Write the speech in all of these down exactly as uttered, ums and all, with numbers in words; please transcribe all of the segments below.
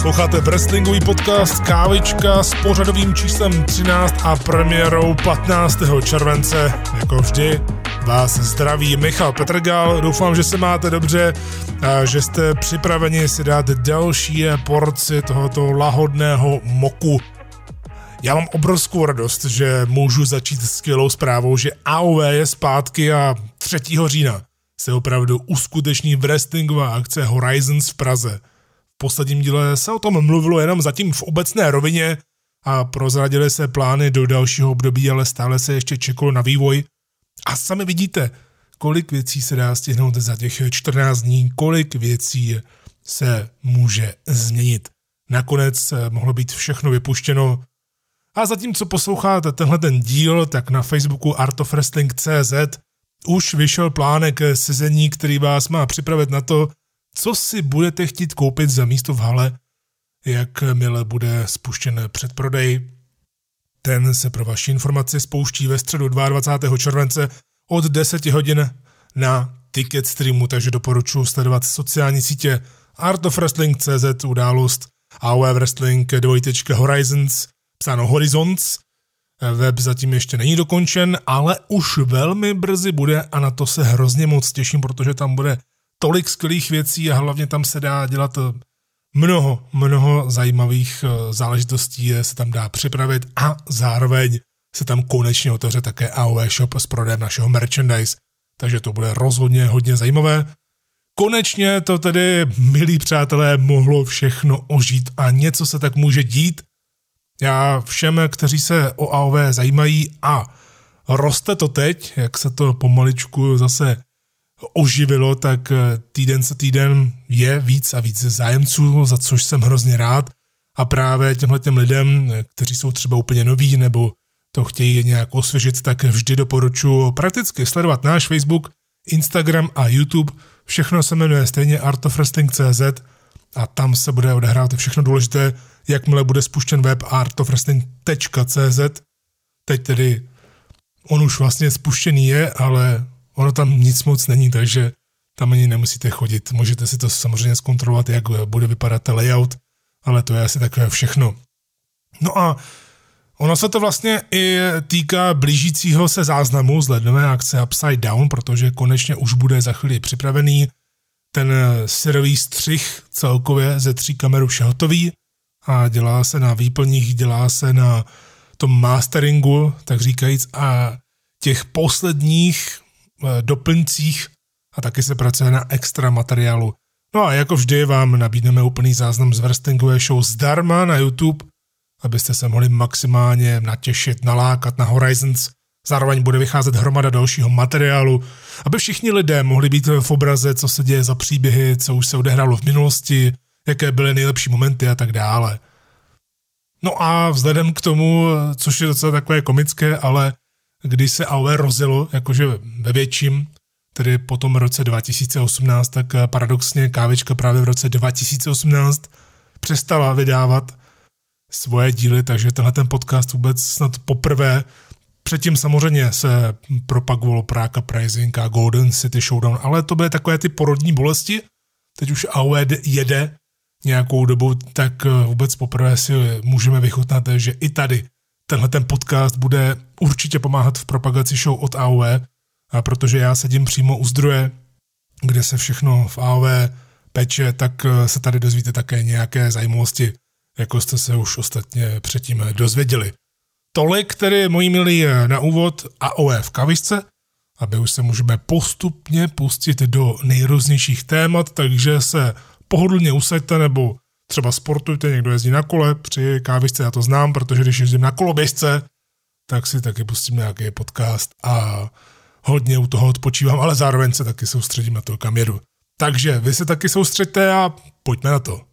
Posloucháte wrestlingový podcast Kávička s pořadovým číslem třináct a premiérou patnáctého července. Jako vždy vás zdraví Michal Petrgal. Doufám, že se máte dobře a že jste připraveni si dát další porci tohoto lahodného moku. Já mám obrovskou radost, že můžu začít s skvělou zprávou, že A O V je zpátky a třetího října se opravdu uskuteční wrestlingová akce Horizons v Praze. V posledním díle se o tom mluvilo jenom zatím v obecné rovině a prozradily se plány do dalšího období, ale stále se ještě čekalo na vývoj. A sami vidíte, kolik věcí se dá stihnout za těch čtrnáct dní, kolik věcí se může změnit. Nakonec mohlo být všechno vypuštěno. A zatímco posloucháte tenhle ten díl, tak na Facebooku art of wrestling tečka cé zet už vyšel plánek sezení, který vás má připravit na to, co si budete chtít koupit za místo v hale, jakmile bude spuštěn předprodej. Ten se pro vaši informaci spouští ve středu dvacátého druhého července od deset hodin na Ticket Streamu, takže doporučuji sledovat sociální sítě art of wrestling tečka cé zet, událost A O V Wrestling dvojtečka Horizons, psáno Horizons. Web zatím ještě není dokončen, ale už velmi brzy bude a na to se hrozně moc těším, protože tam bude tolik skvělých věcí a hlavně tam se dá dělat mnoho, mnoho zajímavých záležitostí, se tam dá připravit a zároveň se tam konečně otevře také A O V Shop s prodejem našeho merchandise, takže to bude rozhodně hodně zajímavé. Konečně to tedy, milí přátelé, mohlo všechno ožít a něco se tak může dít. Já všem, kteří se o A O V zajímají a roste to teď, jak se to pomaličku zase oživilo, tak týden za týden je víc a víc zájemců, za což jsem hrozně rád. A právě těmhletěm lidem, kteří jsou třeba úplně noví nebo to chtějí nějak osvěžit, tak vždy doporučuji prakticky sledovat náš Facebook, Instagram a YouTube. Všechno se jmenuje stejně art of wrestling tečka cé zet a tam se bude odehrávat všechno důležité, jakmile bude spuštěn web art of wrestling tečka cé zet. Teď tedy on už vlastně spuštěný je, ale ono tam nic moc není, takže tam ani nemusíte chodit. Můžete si to samozřejmě zkontrolovat, jak bude vypadat layout, ale to je asi takové všechno. No a ono se to vlastně i týká blížícího se záznamu z lednové akce Upside Down, protože konečně už bude za chvíli připravený. Ten syrový střih celkově ze tří kamer už je hotový a dělá se na výplních, dělá se na tom masteringu, tak říkajíc, a těch posledních doplňcích a taky se pracuje na extra materiálu. No a jako vždy vám nabídneme úplný záznam z wrestlingové show zdarma na YouTube, abyste se mohli maximálně natěšit, nalákat na Horizons. Zároveň bude vycházet hromada dalšího materiálu, aby všichni lidé mohli být v obraze, co se děje za příběhy, co už se odehrálo v minulosti, jaké byly nejlepší momenty a tak dále. No a vzhledem k tomu, což je docela takové komické, ale když se A O V rozjelo, jakože ve větším, tedy po tom roce dva tisíce osmnáct, tak paradoxně Kávička právě v roce dva tisíce osmnáct přestala vydávat svoje díly, takže tenhle ten podcast vůbec snad poprvé. Předtím samozřejmě se propagovalo Prague Uprising a Golden City Showdown, ale to byly takové ty porodní bolesti. Teď už A O V jede nějakou dobu, tak vůbec poprvé si můžeme vychutnat, že i tady tenhle ten podcast bude určitě pomáhat v propagaci show od A O V, a protože já sedím přímo u zdroje, kde se všechno v A O V peče, tak se tady dozvíte také nějaké zajímavosti, jako jste se už ostatně předtím dozvěděli. Tolik tedy, moji milí, na úvod A O V v kavičce, aby už se můžeme postupně pustit do nejrůznějších témat, takže se pohodlně usaďte nebo třeba sportujte, někdo jezdí na kole, při kávičce, já to znám, protože když jezdím na koloběžce, tak si taky pustím nějaký podcast a hodně u toho odpočívám, ale zároveň se taky soustředím na to, kam jedu. Takže vy se taky soustřeďte a pojďme na to.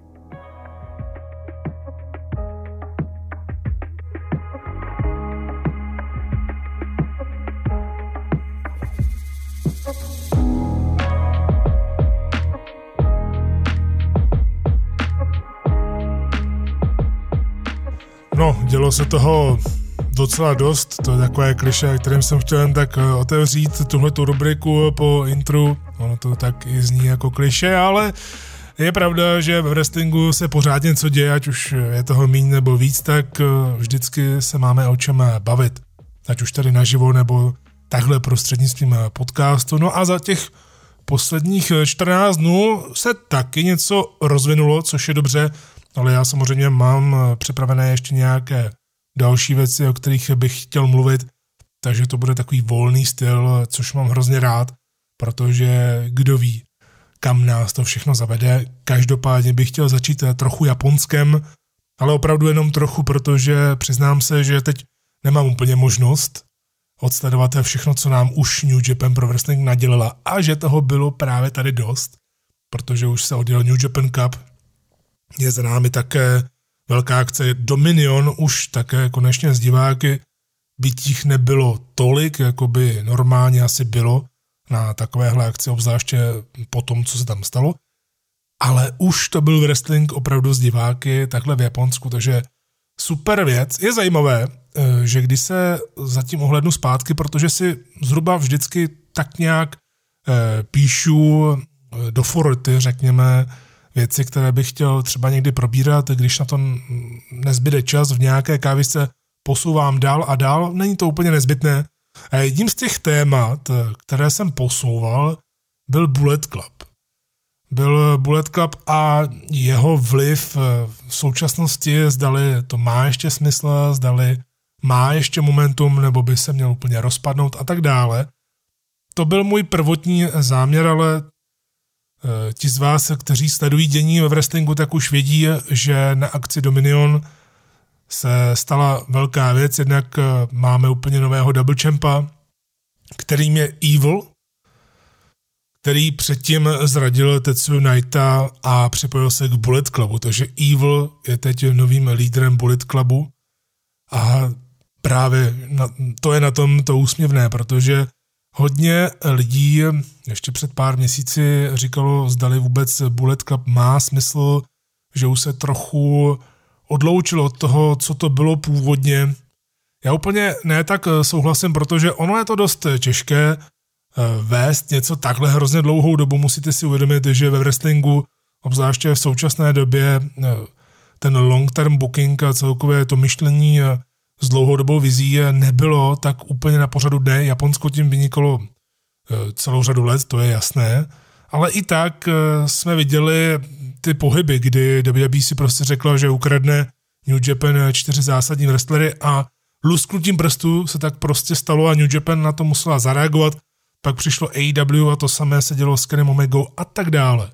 No, dělo se toho docela dost, to je takové klišé, kterým jsem chtěl jen tak otevřít tuhletu rubriku po intru, ono to tak i zní jako klišé, ale Je pravda, že v wrestlingu se pořád něco děje, ať už je toho míň nebo víc, tak vždycky se máme o čem bavit. Ať už tady naživo nebo takhle prostřednictvím podcastu. No a za těch posledních čtrnáct dnů se taky něco rozvinulo, což je dobře, ale já samozřejmě mám připravené ještě nějaké další věci, o kterých bych chtěl mluvit, takže to bude takový volný styl, což mám hrozně rád, protože kdo ví, kam nás to všechno zavede. Každopádně bych chtěl začít trochu Japonskem, ale opravdu jenom trochu, protože přiznám se, že teď nemám úplně možnost odsledovat všechno, co nám už New Japan Pro Wrestling nadělala a že toho bylo právě tady dost, protože už se odjel New Japan Cup, je za námi také velká akce Dominion, už také konečně z diváky, byť jich nebylo tolik, jako by normálně asi bylo na takovéhle akci, obzvláště po tom, co se tam stalo, ale už to byl wrestling opravdu z diváky, takhle v Japonsku, takže super věc. Je zajímavé, že když se zatím ohlednu zpátky, protože si zhruba vždycky tak nějak píšu do foroty, řekněme, věci, které bych chtěl třeba někdy probírat, když na to nezbyde čas, v nějaké kávisce posouvám dál a dál, není to úplně nezbytné. A jedním z těch témat, které jsem posouval, byl Bullet Club. Byl Bullet Club a jeho vliv v současnosti, zdali to má ještě smysl, zdali má ještě momentum, nebo by se měl úplně rozpadnout a tak dále. To byl můj prvotní záměr, ale ti z vás, kteří sledují dění ve wrestlingu, tak už vědí, že na akci Dominion se stala velká věc, jednak máme úplně nového double champa, kterým je Evil, který předtím zradil Tetsuya Naita a připojil se k Bullet Clubu, takže Evil je teď novým lídrem Bullet Clubu a právě na, to je na tom to úsměvné, protože hodně lidí ještě před pár měsíci říkalo, zdali vůbec Bullet Club má smysl, že už se trochu odloučilo od toho, co to bylo původně. Já úplně ne tak souhlasím, protože ono je to dost těžké vést něco takhle hrozně dlouhou dobu. Musíte si uvědomit, že ve wrestlingu, obzvláště v současné době, ten long-term booking a celkově to myšlení s dlouhodobou vizí nebylo tak úplně na pořadu dne. Japonsko tím vynikalo celou řadu let, to je jasné. Ale i tak jsme viděli ty pohyby, kdy W W E si prostě řekla, že ukradne New Japan čtyři zásadní wrestlery a lusknutím prstů se tak prostě stalo a New Japan na to musela zareagovat. Pak přišlo A E W a to samé se dělo s Kenem Omegou a tak dále.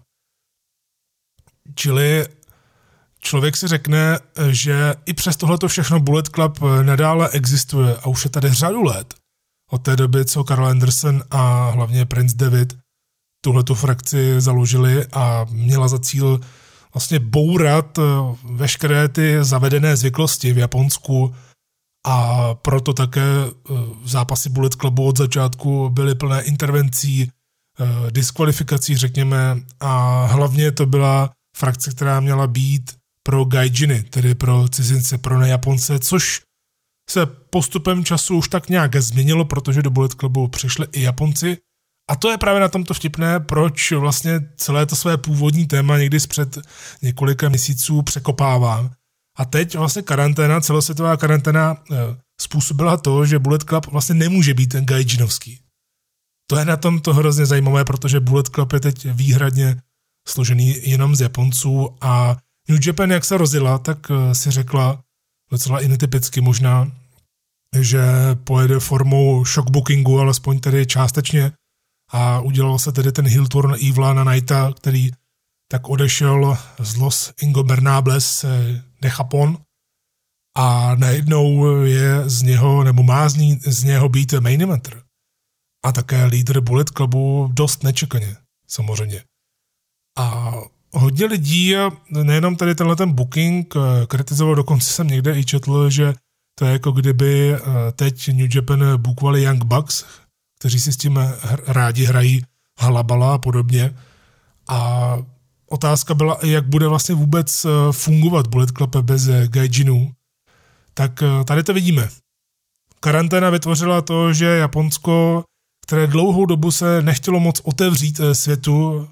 Čili člověk si řekne, že i přes tohleto všechno Bullet Club nadále existuje a už je tady řadu let. Od té doby, co Karl Anderson a hlavně Prince David tuhletu frakci založili a měla za cíl vlastně bourat veškeré ty zavedené zvyklosti v Japonsku a proto také zápasy Bullet Clubu od začátku byly plné intervencí, diskvalifikací, řekněme, a hlavně to byla frakce, která měla být pro gaijiny, tedy pro cizince, pro nejaponce, což se postupem času už tak nějak změnilo, protože do Bullet Clubu přišli i Japonci. A to je právě na tomto vtipné, proč vlastně celé to své původní téma někdy zpřed několika měsíců překopávám. A teď vlastně karanténa, celosvětová karanténa způsobila to, že Bullet Club vlastně nemůže být ten gaijinovský. To je na tom to hrozně zajímavé, protože Bullet Club je teď výhradně složený jenom z Japonců a New Japan, jak se rozjela, tak si řekla docela i netypicky možná, že pojede formou shockbookingu, alespoň tedy částečně, a udělal se tedy ten heel turn Evila na Naita, který tak odešel z Los Ingobernables de Japón a najednou je z něho, nebo má z, ní, z něho být main eventer. A také lídr Bullet Clubu dost nečekaně, samozřejmě. A hodně lidí, nejenom tady tenhle ten booking, kritizoval, dokonce jsem někde i četl, že to je jako kdyby teď New Japan bookovali Young Bucks, kteří si s tím rádi hrají halabala a podobně. A otázka byla, jak bude vlastně vůbec fungovat Bullet Club bez gaijinů. Tak tady to vidíme. Karanténa vytvořila to, že Japonsko, které dlouhou dobu se nechtělo moc otevřít světu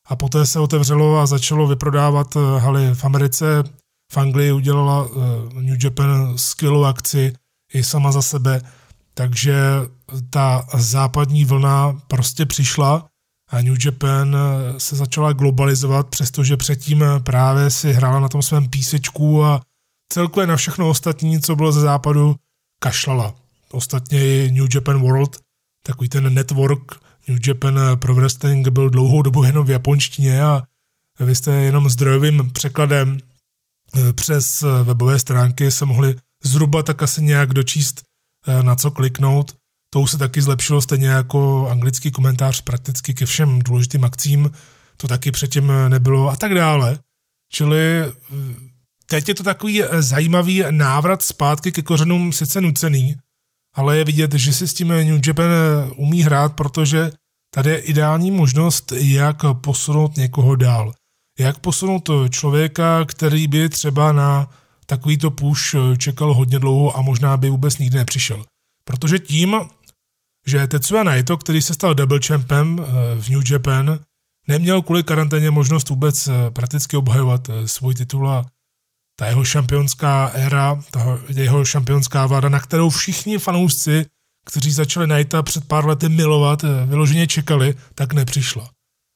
a poté se otevřelo a začalo vyprodávat haly v Americe. V Anglii udělala New Japan skvělou akci i sama za sebe, takže ta západní vlna prostě přišla a New Japan se začala globalizovat, přestože předtím právě si hrála na tom svém písečku a celkově na všechno ostatní, co bylo ze západu, kašlala. Ostatně i New Japan World, takový ten network New Japan Pro Wrestling byl dlouhou dobu jenom v japonštině a vy jste jenom zdrojovým překladem přes webové stránky se mohli zhruba tak asi nějak dočíst, na co kliknout. To už se taky zlepšilo, stejně jako anglický komentář prakticky ke všem důležitým akcím, to taky předtím nebylo a tak dále. Čili teď je to takový zajímavý návrat zpátky ke kořenům, sice nucený, ale je vidět, že si s tím New Japan umí hrát, protože tady je ideální možnost, jak posunout někoho dál. Jak posunout člověka, který by třeba na takovýto push čekal hodně dlouho a možná by vůbec nikdy nepřišel. Protože tím, že Tetsuya Naito, který se stal double champem v New Japan, neměl kvůli karanténě možnost vůbec prakticky obhajovat svůj titul a ta jeho šampionská éra, ta jeho šampionská vláda, na kterou všichni fanoušci, kteří začali Naita před pár lety milovat, vyloženě čekali, tak nepřišla.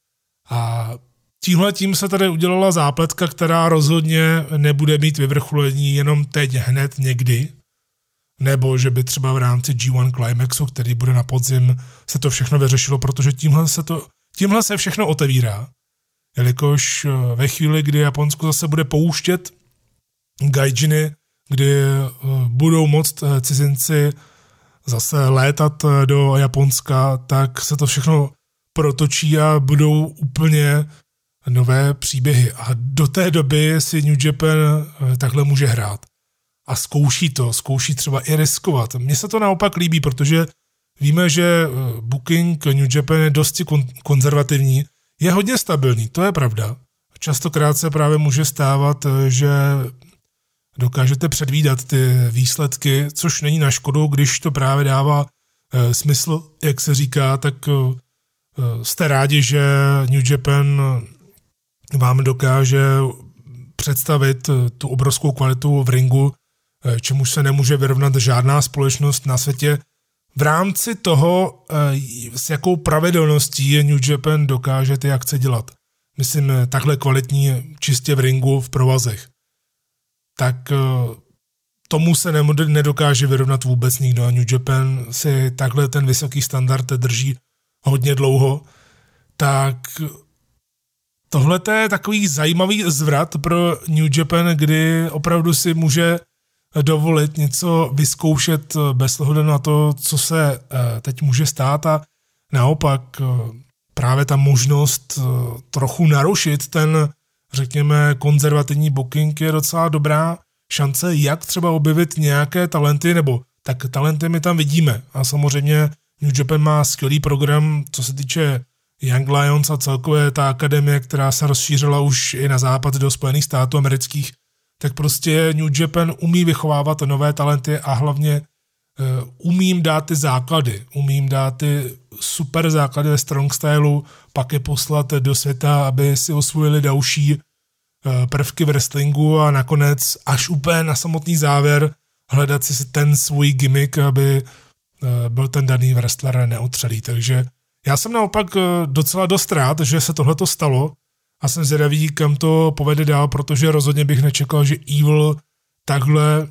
A tímhletím se tady udělala zápletka, která rozhodně nebude mít vyvrcholení jenom teď, hned, někdy, nebo že by třeba v rámci G jedna Climaxu, který bude na podzim, se to všechno vyřešilo, protože tímhle se, to, tímhle se všechno otevírá. Jelikož ve chvíli, kdy Japonsko zase bude pouštět gaijiny, kdy budou moct cizinci zase létat do Japonska, tak se to všechno protočí a budou úplně nové příběhy. A do té doby si New Japan takhle může hrát. A zkouší to, zkouší třeba i riskovat. Mně se to naopak líbí, protože víme, že booking New Japan je dosti konzervativní, je hodně stabilní, to je pravda. Častokrát se právě může stávat, že dokážete předvídat ty výsledky, což není na škodu, když to právě dává e, smysl, jak se říká, tak e, jste rádi, že New Japan vám dokáže představit tu obrovskou kvalitu v ringu, e, čemuž se nemůže vyrovnat žádná společnost na světě. V rámci toho, e, s jakou pravidelností New Japan dokáže ty akce dělat. Myslím, takhle kvalitní čistě v ringu, v provazech. Tak tomu se nedokáže vyrovnat vůbec nikdo. A New Japan si takhle ten vysoký standard drží hodně dlouho. Tak tohle je takový zajímavý zvrat pro New Japan, kdy opravdu si může dovolit něco vyzkoušet bez ohledu na to, co se teď může stát a naopak právě ta možnost trochu narušit ten, řekněme, konzervativní booking je docela dobrá šance, jak třeba objevit nějaké talenty, nebo tak talenty my tam vidíme. A samozřejmě New Japan má skvělý program, co se týče Young Lions a celkově ta akademie, která se rozšířila už i na západ do Spojených států amerických, tak prostě New Japan umí vychovávat nové talenty a hlavně uh, umí jim dát ty základy, umí jim dát ty super základy ve strong stylu, pak je poslat do světa, aby si osvojili další uh, prvky v wrestlingu a nakonec až úplně na samotný závěr hledat si ten svůj gimmick, aby uh, byl ten daný wrestler neotřelý. Takže já jsem naopak uh, docela dost rád, že se tohleto stalo a jsem zvědavý, kam to povede dál, protože rozhodně bych nečekal, že Evil takhle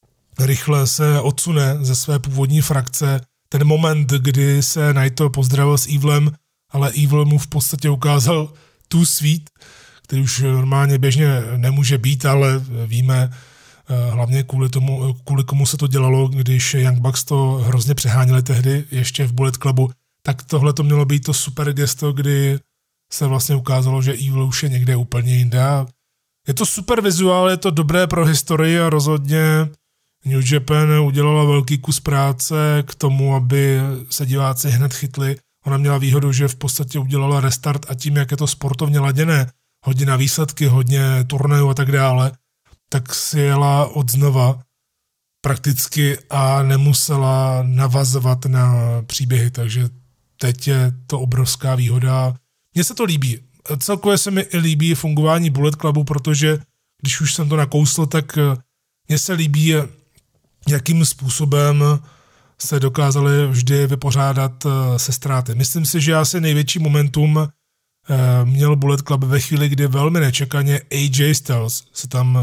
rychle se odsune ze své původní frakce. Ten moment, kdy se Naito pozdravil s Evilem, ale Evil mu v podstatě ukázal tu svít, který už normálně běžně nemůže být, ale víme hlavně kvůli tomu, kvůli komu se to dělalo, když Young Bucks to hrozně přeháněli tehdy, ještě v Bullet Clubu, tak tohle to mělo být to super gesto, kdy se vlastně ukázalo, že Evil už je někde úplně jinde. Je to super vizuál, je to dobré pro historii a rozhodně New Japan udělala velký kus práce k tomu, aby se diváci hned chytli. Ona měla výhodu, že v podstatě udělala restart a tím, jak je to sportovně laděné, hodně na výsledky, hodně turnajů a tak dále, tak si jela od znova prakticky a nemusela navazovat na příběhy, takže teď je to obrovská výhoda. Mně se to líbí. celkově se mi i líbí fungování Bullet Clubu, protože když už jsem to nakousl, tak mně se líbí, jakým způsobem se dokázali vždy vypořádat se ztráty. Myslím si, že asi největší momentum měl Bullet Club ve chvíli, kdy velmi nečekaně A J Styles se tam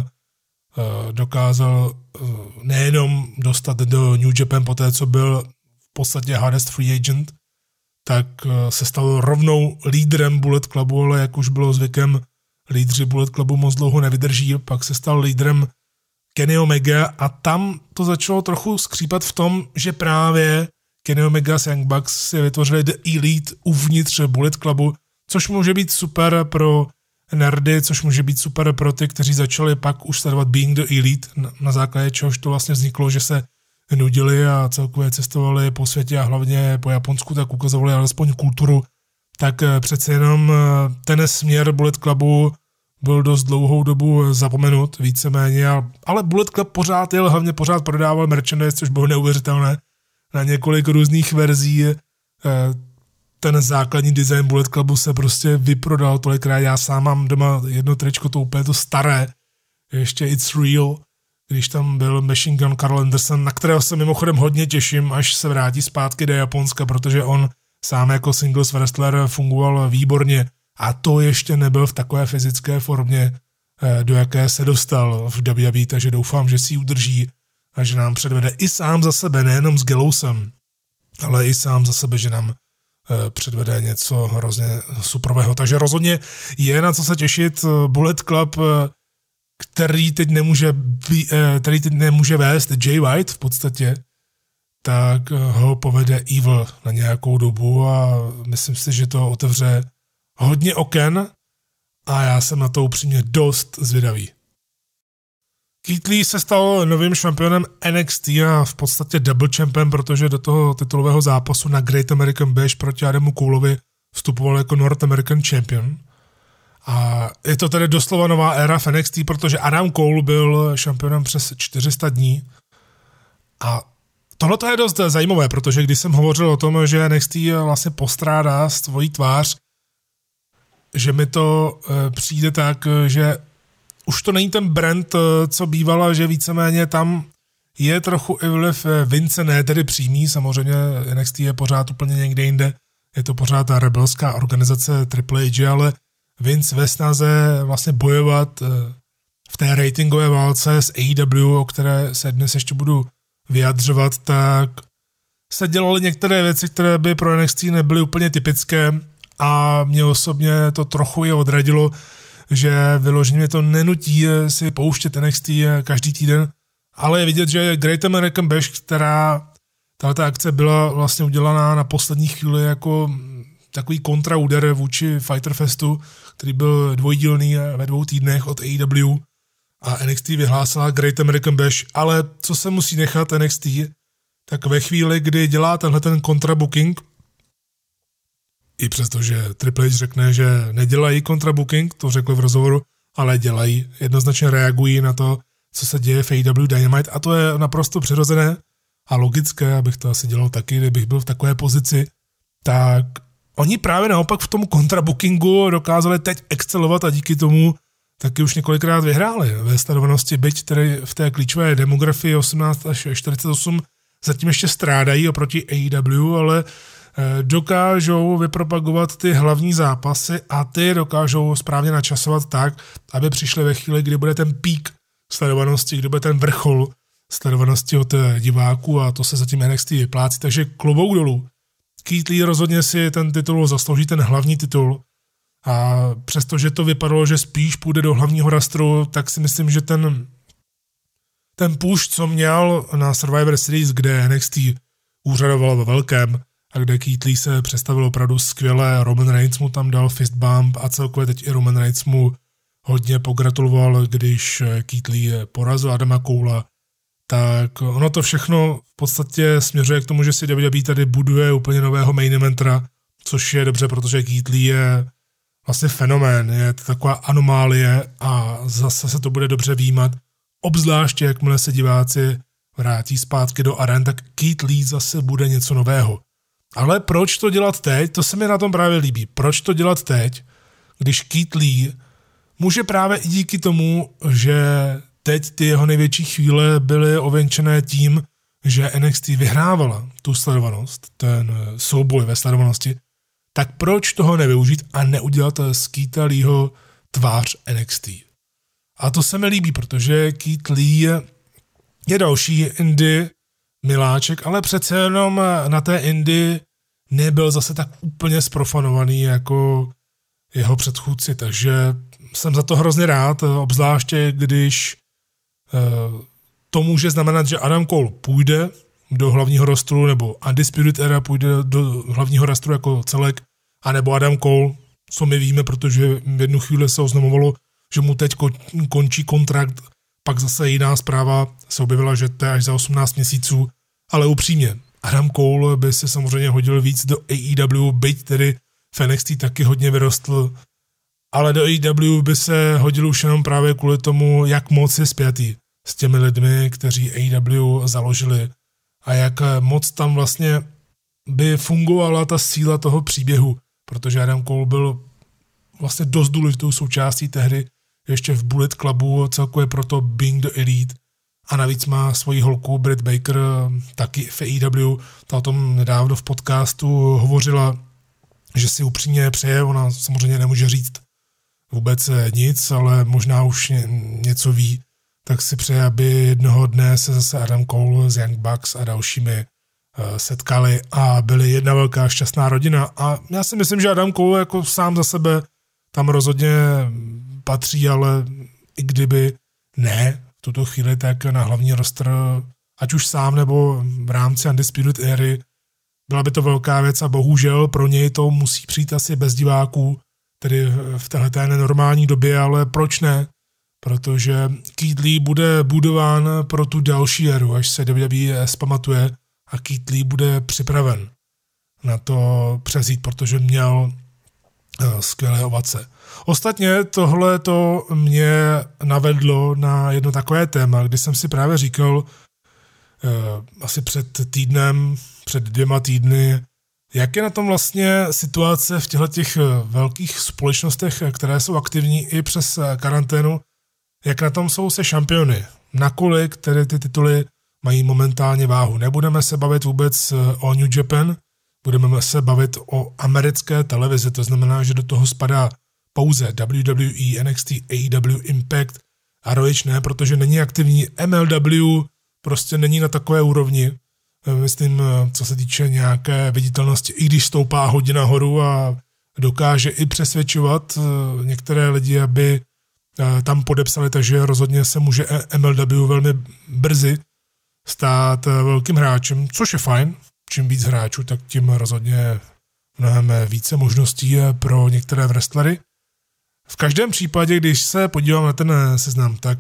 dokázal nejenom dostat do New Japan po té, co byl v podstatě hardest free agent, tak se stal rovnou lídrem Bullet Clubu, ale jak už bylo zvykem, lídři Bullet Clubu moc dlouho nevydrží, pak se stal lídrem Kenny Omega a tam to začalo trochu skřípat v tom, že právě Kenny Omega s Young Bucks si vytvořili The Elite uvnitř Bullet Clubu, což může být super pro nerdy, což může být super pro ty, kteří začali pak už sledovat Being the Elite, na základě čehož to vlastně vzniklo, že se nudili a celkově cestovali po světě a hlavně po Japonsku, tak ukazovali alespoň kulturu, tak přece jenom ten směr Bullet Clubu byl dost dlouhou dobu zapomenut, víceméně, ale Bullet Club pořád jel, hlavně pořád prodával merchandise, což bylo neuvěřitelné, na několik různých verzí. Ten základní design Bullet Clubu se prostě vyprodal tolikrát, já sám mám doma jedno tričko, to úplně to staré, ještě It's Real, když tam byl Machine Gun Carl Anderson, na kterého se mimochodem hodně těším, až se vrátí zpátky do Japonska, protože on sám jako singles wrestler fungoval výborně a to ještě nebyl v takové fyzické formě, do jaké se dostal v W W E, takže doufám, že si ji udrží a že nám předvede i sám za sebe, nejenom s Gallowsem, ale i sám za sebe, že nám předvede něco hrozně superového. Takže rozhodně je na co se těšit. Bullet Club, který teď nemůže, který teď nemůže vést Jay White v podstatě, tak ho povede Evil na nějakou dobu a myslím si, že to otevře hodně oken a já jsem na to upřímně dost zvědavý. Keith Lee se stal novým šampionem N X T a v podstatě double champem, protože do toho titulového zápasu na Great American Bash proti Adamu Coulovi vstupoval jako North American Champion. A je to tedy doslova nová éra v N X T, protože Adam Cole byl šampionem přes čtyři sta dní. A tohle je dost zajímavé, protože když jsem hovořil o tom, že N X T vlastně postrádá svoji tvář, že mi to přijde tak, že už to není ten brand, co bývala, že víceméně tam je trochu i vliv Vince, ne tedy přímý, samozřejmě N X T je pořád úplně někde jinde, je to pořád ta rebelská organizace Triple H, ale Vince ve snaze vlastně bojovat v té ratingové válce s A E W, o které se dnes ještě budu vyjadřovat, tak se dělaly některé věci, které by pro N X T nebyly úplně typické a mě osobně to trochu je odradilo, že vyloženě to nenutí si pouštět N X T každý týden, ale je vidět, že Great American Bash, která tato akce byla vlastně udělaná na poslední chvíli jako takový kontraúder vůči Fighter Festu, který byl dvojdílný ve dvou týdnech od A E W a N X T vyhlásila Great American Bash, ale co se musí nechat N X T, tak ve chvíli, kdy dělá tenhle ten kontrabooking, i přesto, že Triple H řekne, že nedělají kontrabooking, to řekl v rozhovoru, ale dělají, jednoznačně reagují na to, co se děje v A E W Dynamite a to je naprosto přirozené a logické, abych to asi dělal taky, kdybych byl v takové pozici, tak oni právě naopak v tom kontrabookingu dokázali teď excelovat a díky tomu taky už několikrát vyhráli ve sledovanosti, byť tedy v té klíčové demografii osmnáct až čtyřicet osm zatím ještě strádají oproti A E W, ale dokážou vypropagovat ty hlavní zápasy a ty dokážou správně načasovat tak, aby přišli ve chvíli, kdy bude ten pík sledovanosti, kdy bude ten vrchol sledovanosti od diváků a to se zatím N X T vyplácí, takže klobouk dolů. Keith Lee rozhodně si ten titul zaslouží, ten hlavní titul a přestože to vypadalo, že spíš půjde do hlavního rastru, tak si myslím, že ten ten push, co měl na Survivor Series, kde N X T úřadoval ve velkém a kde Keith Lee se představil opravdu skvěle, Roman Reigns mu tam dal fist bump a celkově teď i Roman Reigns mu hodně pogratuloval, když Keith Lee porazil Adama Coula, tak ono to všechno v podstatě směřuje k tomu, že si W W E tady buduje úplně nového main eventera, což je dobře, protože Keith Lee je vlastně fenomén, je to taková anomálie a zase se to bude dobře vnímat, obzvláště jakmile se diváci vrátí zpátky do aren, tak Keith Lee zase bude něco nového. Ale proč to dělat teď? To se mi na tom právě líbí. Proč to dělat teď, když Keith Lee může právě i díky tomu, že teď ty jeho největší chvíle byly ověnčené tím, že N X T vyhrávala tu sledovanost, ten souboj ve sledovanosti, tak proč toho nevyužít a neudělat z Keitha Leeho tvář N X T? A to se mi líbí, protože Keith Lee je další indie miláček, ale přece jenom na té indie nebyl zase tak úplně zprofanovaný jako jeho předchůdci, takže jsem za to hrozně rád, obzvláště když to může znamenat, že Adam Cole půjde do hlavního rostru, nebo Undisputed Era půjde do hlavního rostru jako celek, anebo Adam Cole, co my víme, protože v jednu chvíli se oznamovalo, že mu teď končí kontrakt, pak zase jiná zpráva se objevila, že to je až za osmnáct měsíců, ale upřímně, Adam Cole by se samozřejmě hodil víc do A E W, byť tedy v N X T taky hodně vyrostl, ale do A E W by se hodil už jenom právě kvůli tomu, jak moc je spjatý s těmi lidmi, kteří A E W založili a jak moc tam vlastně by fungovala ta síla toho příběhu, protože Adam Cole byl vlastně dost důležitou součástí tehdy ještě v Bullet Clubu, celkově proto Being the Elite a navíc má svoji holku Britt Baker taky v A E W, ta o tom nedávno v podcastu hovořila, že si upřímně přeje, ona samozřejmě nemůže říct vůbec nic, ale možná už něco ví, tak si přeje, aby jednoho dne se zase Adam Cole s Young Bucks a dalšími setkali a byli jedna velká šťastná rodina. A já si myslím, že Adam Cole jako sám za sebe tam rozhodně patří, ale i kdyby ne v tuto chvíli, tak na hlavní roster, ať už sám nebo v rámci Undisputed Ery, byla by to velká věc a bohužel pro něj to musí přijít asi bez diváků, tedy v téhleté nenormální době, ale proč ne? Protože Keith Lee bude budován pro tu další éru, až se W W E zpamatuje a Keith Lee bude připraven na to přezít, protože měl skvělé ovace. Ostatně tohle to mě navedlo na jedno takové téma, kdy jsem si právě říkal eh, asi před týdnem, před dvěma týdny, jak je na tom vlastně situace v těchto těch velkých společnostech, které jsou aktivní i přes karanténu, jak na tom jsou se šampiony, nakolik tedy ty tituly mají momentálně váhu. Nebudeme se bavit vůbec o New Japan, budeme se bavit o americké televizi, to znamená, že do toho spadá pouze W W E, N X T, A E W, Impact a R O H ne, protože není aktivní. M L W prostě není na takové úrovni, myslím, co se týče nějaké viditelnosti, i když stoupá hodně nahoru a dokáže i přesvědčovat některé lidi, aby tam podepsali, takže rozhodně se může M L W velmi brzy stát velkým hráčem, což je fajn. Čím víc hráčů, tak tím rozhodně mnohem více možností pro některé wrestlery. V každém případě, když se podívám na ten seznam, tak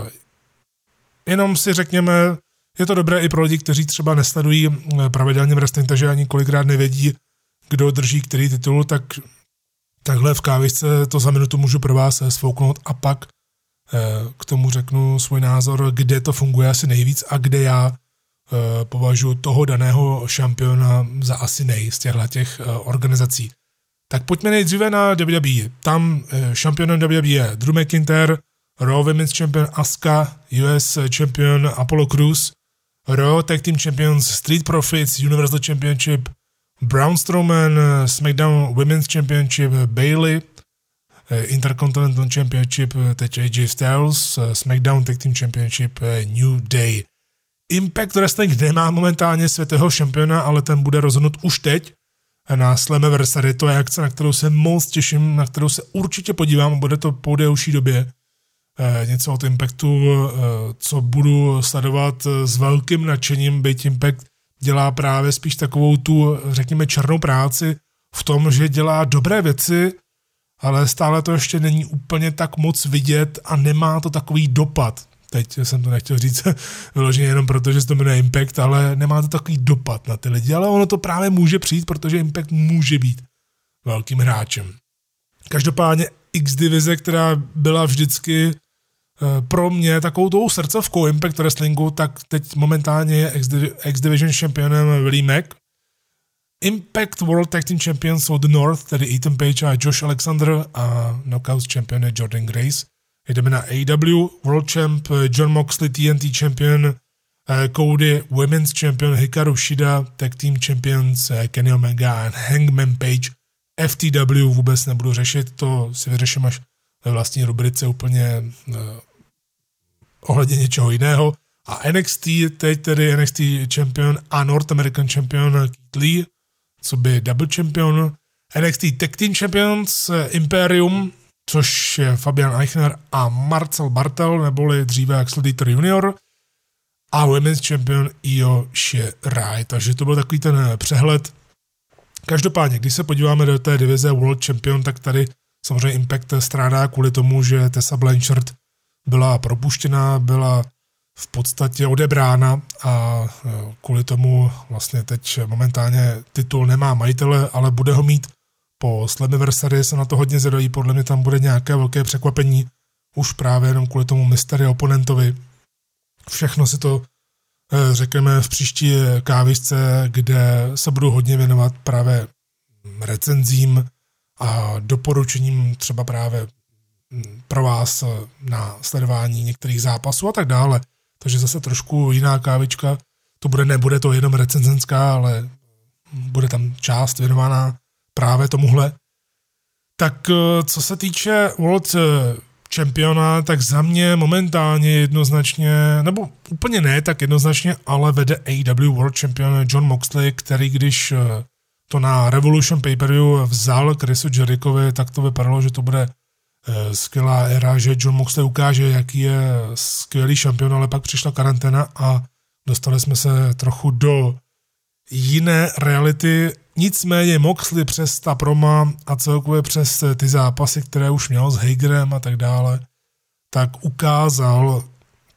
jenom si řekněme, je to dobré i pro lidi, kteří třeba nesledují pravidelně wrestling, takže ani kolikrát nevědí, kdo drží který titul, tak takhle v kávičce to za minutu můžu pro vás sfouknout a pak k tomu řeknu svůj názor, kde to funguje asi nejvíc a kde já považuji toho daného šampiona za asi nej z těchto těch organizací. Tak pojďme nejdříve na W W E. Tam šampionem W W E je Drew McIntyre, Raw Women's Champion Asuka, U S Champion Apollo Crews, Raw Tag Team Champions Street Profits, Universal Championship Braun Strowman, SmackDown Women's Championship Bayley, Intercontinental Championship teď A J Styles, SmackDown Tag Team Championship New Day. Impact Wrestling nemá momentálně světového šampiona, ale ten bude rozhodnut už teď na Slammiversary. To je akce, na kterou se moc těším, na kterou se určitě podívám, bude to po delší době. E, něco od Impactu, e, co budu sledovat s velkým nadšením, byť Impact dělá právě spíš takovou tu, řekněme, černou práci v tom, že dělá dobré věci, ale stále to ještě není úplně tak moc vidět a nemá to takový dopad. Teď jsem to nechtěl říct vyloženě jenom proto, že se to jmenuje Impact, ale nemá to takový dopad na ty lidi, ale ono to právě může přijít, protože Impact může být velkým hráčem. Každopádně X-divize, která byla vždycky pro mě takovou tou srdcovkou Impact Wrestlingu, tak teď momentálně je X-Division šampionem Willie Mack. Impact World Tag Team Champions jsou The North, tedy Ethan Page a Josh Alexander, a Knockouts Champion je Jordan Grace. Jdeme na A E W World Champ John Moxley, T N T Champion Cody, Women's Champion Hikaru Shida, Tag Team Champions Kenny Omega a Hangman Page. F T W vůbec nebudu řešit, to si vyřeším až ve vlastní rubrice úplně uh, ohledně něčeho jiného. A N X T, teď tedy N X T Champion a North American Champion Keith Lee, co by Double Champion. N X T Tag Team Champions Imperium, což je Fabian Eichner a Marcel Bartel, neboli dříve Axel Dieter junior. A Women's Champion Io Shirai. Takže to byl takový ten přehled. Každopádně, když se podíváme do té divize World Champion, tak tady samozřejmě Impact strádá kvůli tomu, že Tessa Blanchard byla propuštěná, byla v podstatě odebrána a kvůli tomu vlastně teď momentálně titul nemá majitele, ale bude ho mít po Slammiversary, se na to hodně zvědaví, podle mě tam bude nějaké velké překvapení, už právě jenom kvůli tomu mystery oponentovi. Všechno si to řekneme v příští kávisce, kde se budu hodně věnovat právě recenzím a doporučením třeba právě pro vás na sledování některých zápasů a tak dále. Takže zase trošku jiná kávička. To bude, nebude to jenom recenzenská, ale bude tam část věnovaná právě tomuhle. Tak co se týče World Championa, tak za mě momentálně jednoznačně, nebo úplně ne tak jednoznačně, ale vede A E W World Champion John Moxley, který když to na Revolution Pay-Per-View vzal Chrisu Jerichovi, tak to vypadalo, že to bude skvělá éra, že John Moxley ukáže, jaký je skvělý šampion, ale pak přišla karanténa a dostali jsme se trochu do jiné reality. Nicméně Moxley přes ta proma a celkově přes ty zápasy, které už měl s Hagerem a tak dále, tak ukázal,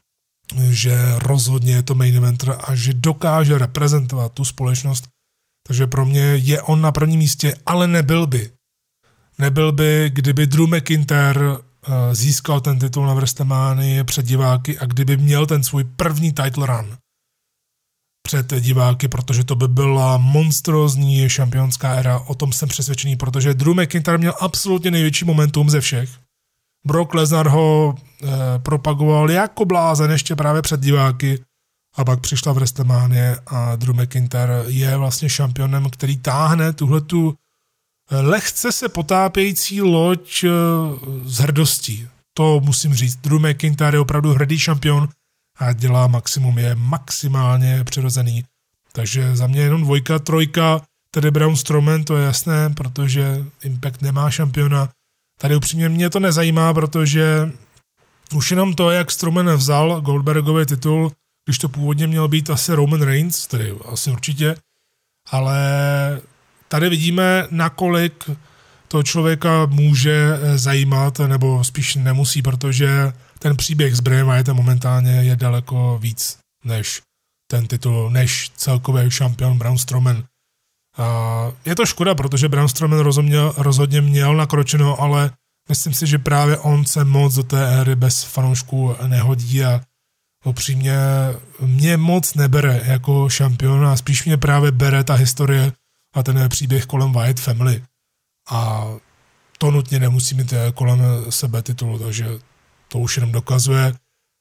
že rozhodně je to main eventer a že dokáže reprezentovat tu společnost. Takže pro mě je on na prvním místě, ale nebyl by. Nebyl by, kdyby Drew McIntyre získal ten titul na WrestleManii před diváky a kdyby měl ten svůj první title run před diváky, protože to by byla monstrózní šampionská éra, o tom jsem přesvědčený, protože Drew McIntyre měl absolutně největší momentum ze všech. Brock Lesnar ho eh, propagoval jako blázen ještě právě před diváky a pak přišla v WrestleMania a Drew McIntyre je vlastně šampionem, který táhne tuhletu lehce se potápějící loď eh, s hrdostí. To musím říct, Drew McIntyre je opravdu hrdý šampion a dělá maximum, je maximálně přirozený. Takže za mě jenom dvojka, trojka, tedy Braun Strowman, to je jasné, protože Impact nemá šampiona. Tady upřímně mě to nezajímá, protože už jenom to, jak Strowman vzal Goldbergový titul, když to původně měl být asi Roman Reigns, tedy asi určitě, ale tady vidíme, nakolik to člověka může zajímat, nebo spíš nemusí, protože ten příběh s Brayem Wyattem momentálně je daleko víc než ten titul, než celkový šampion Braun Strowman. A je to škoda, protože Braun Strowman rozhodně, rozhodně měl nakročeno, ale myslím si, že právě on se moc do té éry bez fanoušků nehodí a upřímně mě moc nebere jako šampion a spíš mě právě bere ta historie a ten příběh kolem Wyatt Family. A to nutně nemusí mít kolem sebe titulu, takže to už jenom dokazuje,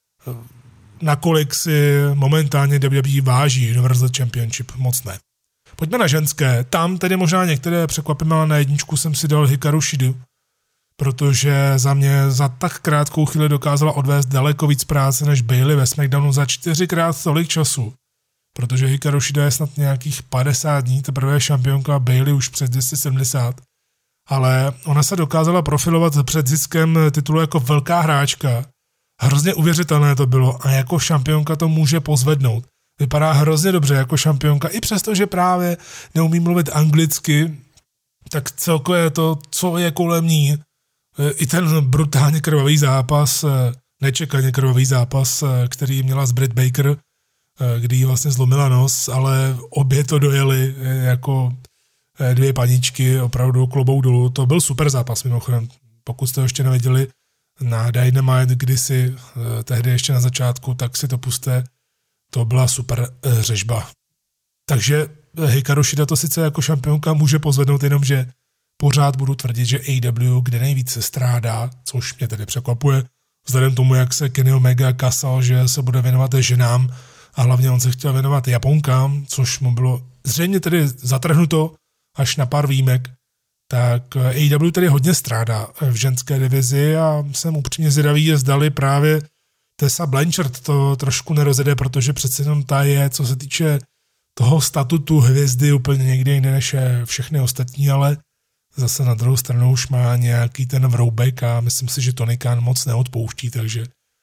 nakolik si momentálně W W E váží Universal Championship, moc ne. Pojďme na ženské, tam tedy možná některé překvapím, ale na jedničku jsem si dal Hikaru Shidu, protože za mě za tak krátkou chvíli dokázala odvést daleko víc práce než Bayley ve SmackDownu za čtyřikrát tolik času, protože Hikaru Shida je snad nějakých padesát dní, teprve šampionka a Bayley už přes dvě stě sedmdesát. Ale ona se dokázala profilovat před ziskem titulu jako velká hráčka. Hrozně uvěřitelné to bylo a jako šampionka to může pozvednout. Vypadá hrozně dobře jako šampionka, i přesto, že právě neumí mluvit anglicky, tak celkově to, co je kolem ní, i ten brutálně krvavý zápas, nečekaně krvavý zápas, který měla s Britt Baker, kdy jí vlastně zlomila nos, ale obě to dojeli jako dvě paničky, opravdu klobouk dolů. To byl super zápas mimochodem. Pokud jste ho ještě neviděli na Dynamite kdysi, tehdy ještě na začátku, tak si to puste. To byla super řežba. Takže Hikaru Shida to sice jako šampionka může pozvednout, jenom že pořád budu tvrdit, že A E W, kde nejvíce strádá, což mě tedy překvapuje, vzhledem tomu, jak se Kenny Omega kasal, že se bude věnovat ženám a hlavně on se chtěl věnovat Japonkám, což mu bylo zřejmě tedy zatrhnuto až na pár výjimek, tak A E W tedy hodně strádá v ženské divizi a jsem upřímně zvědavý, zdali právě Tessa Blanchard to trošku nerozjede, protože přece jenom ta je, co se týče toho statutu hvězdy, úplně někde jinde než všechny ostatní, ale zase na druhou stranu už má nějaký ten vroubek a myslím si, že Tony Khan moc neodpouští, takže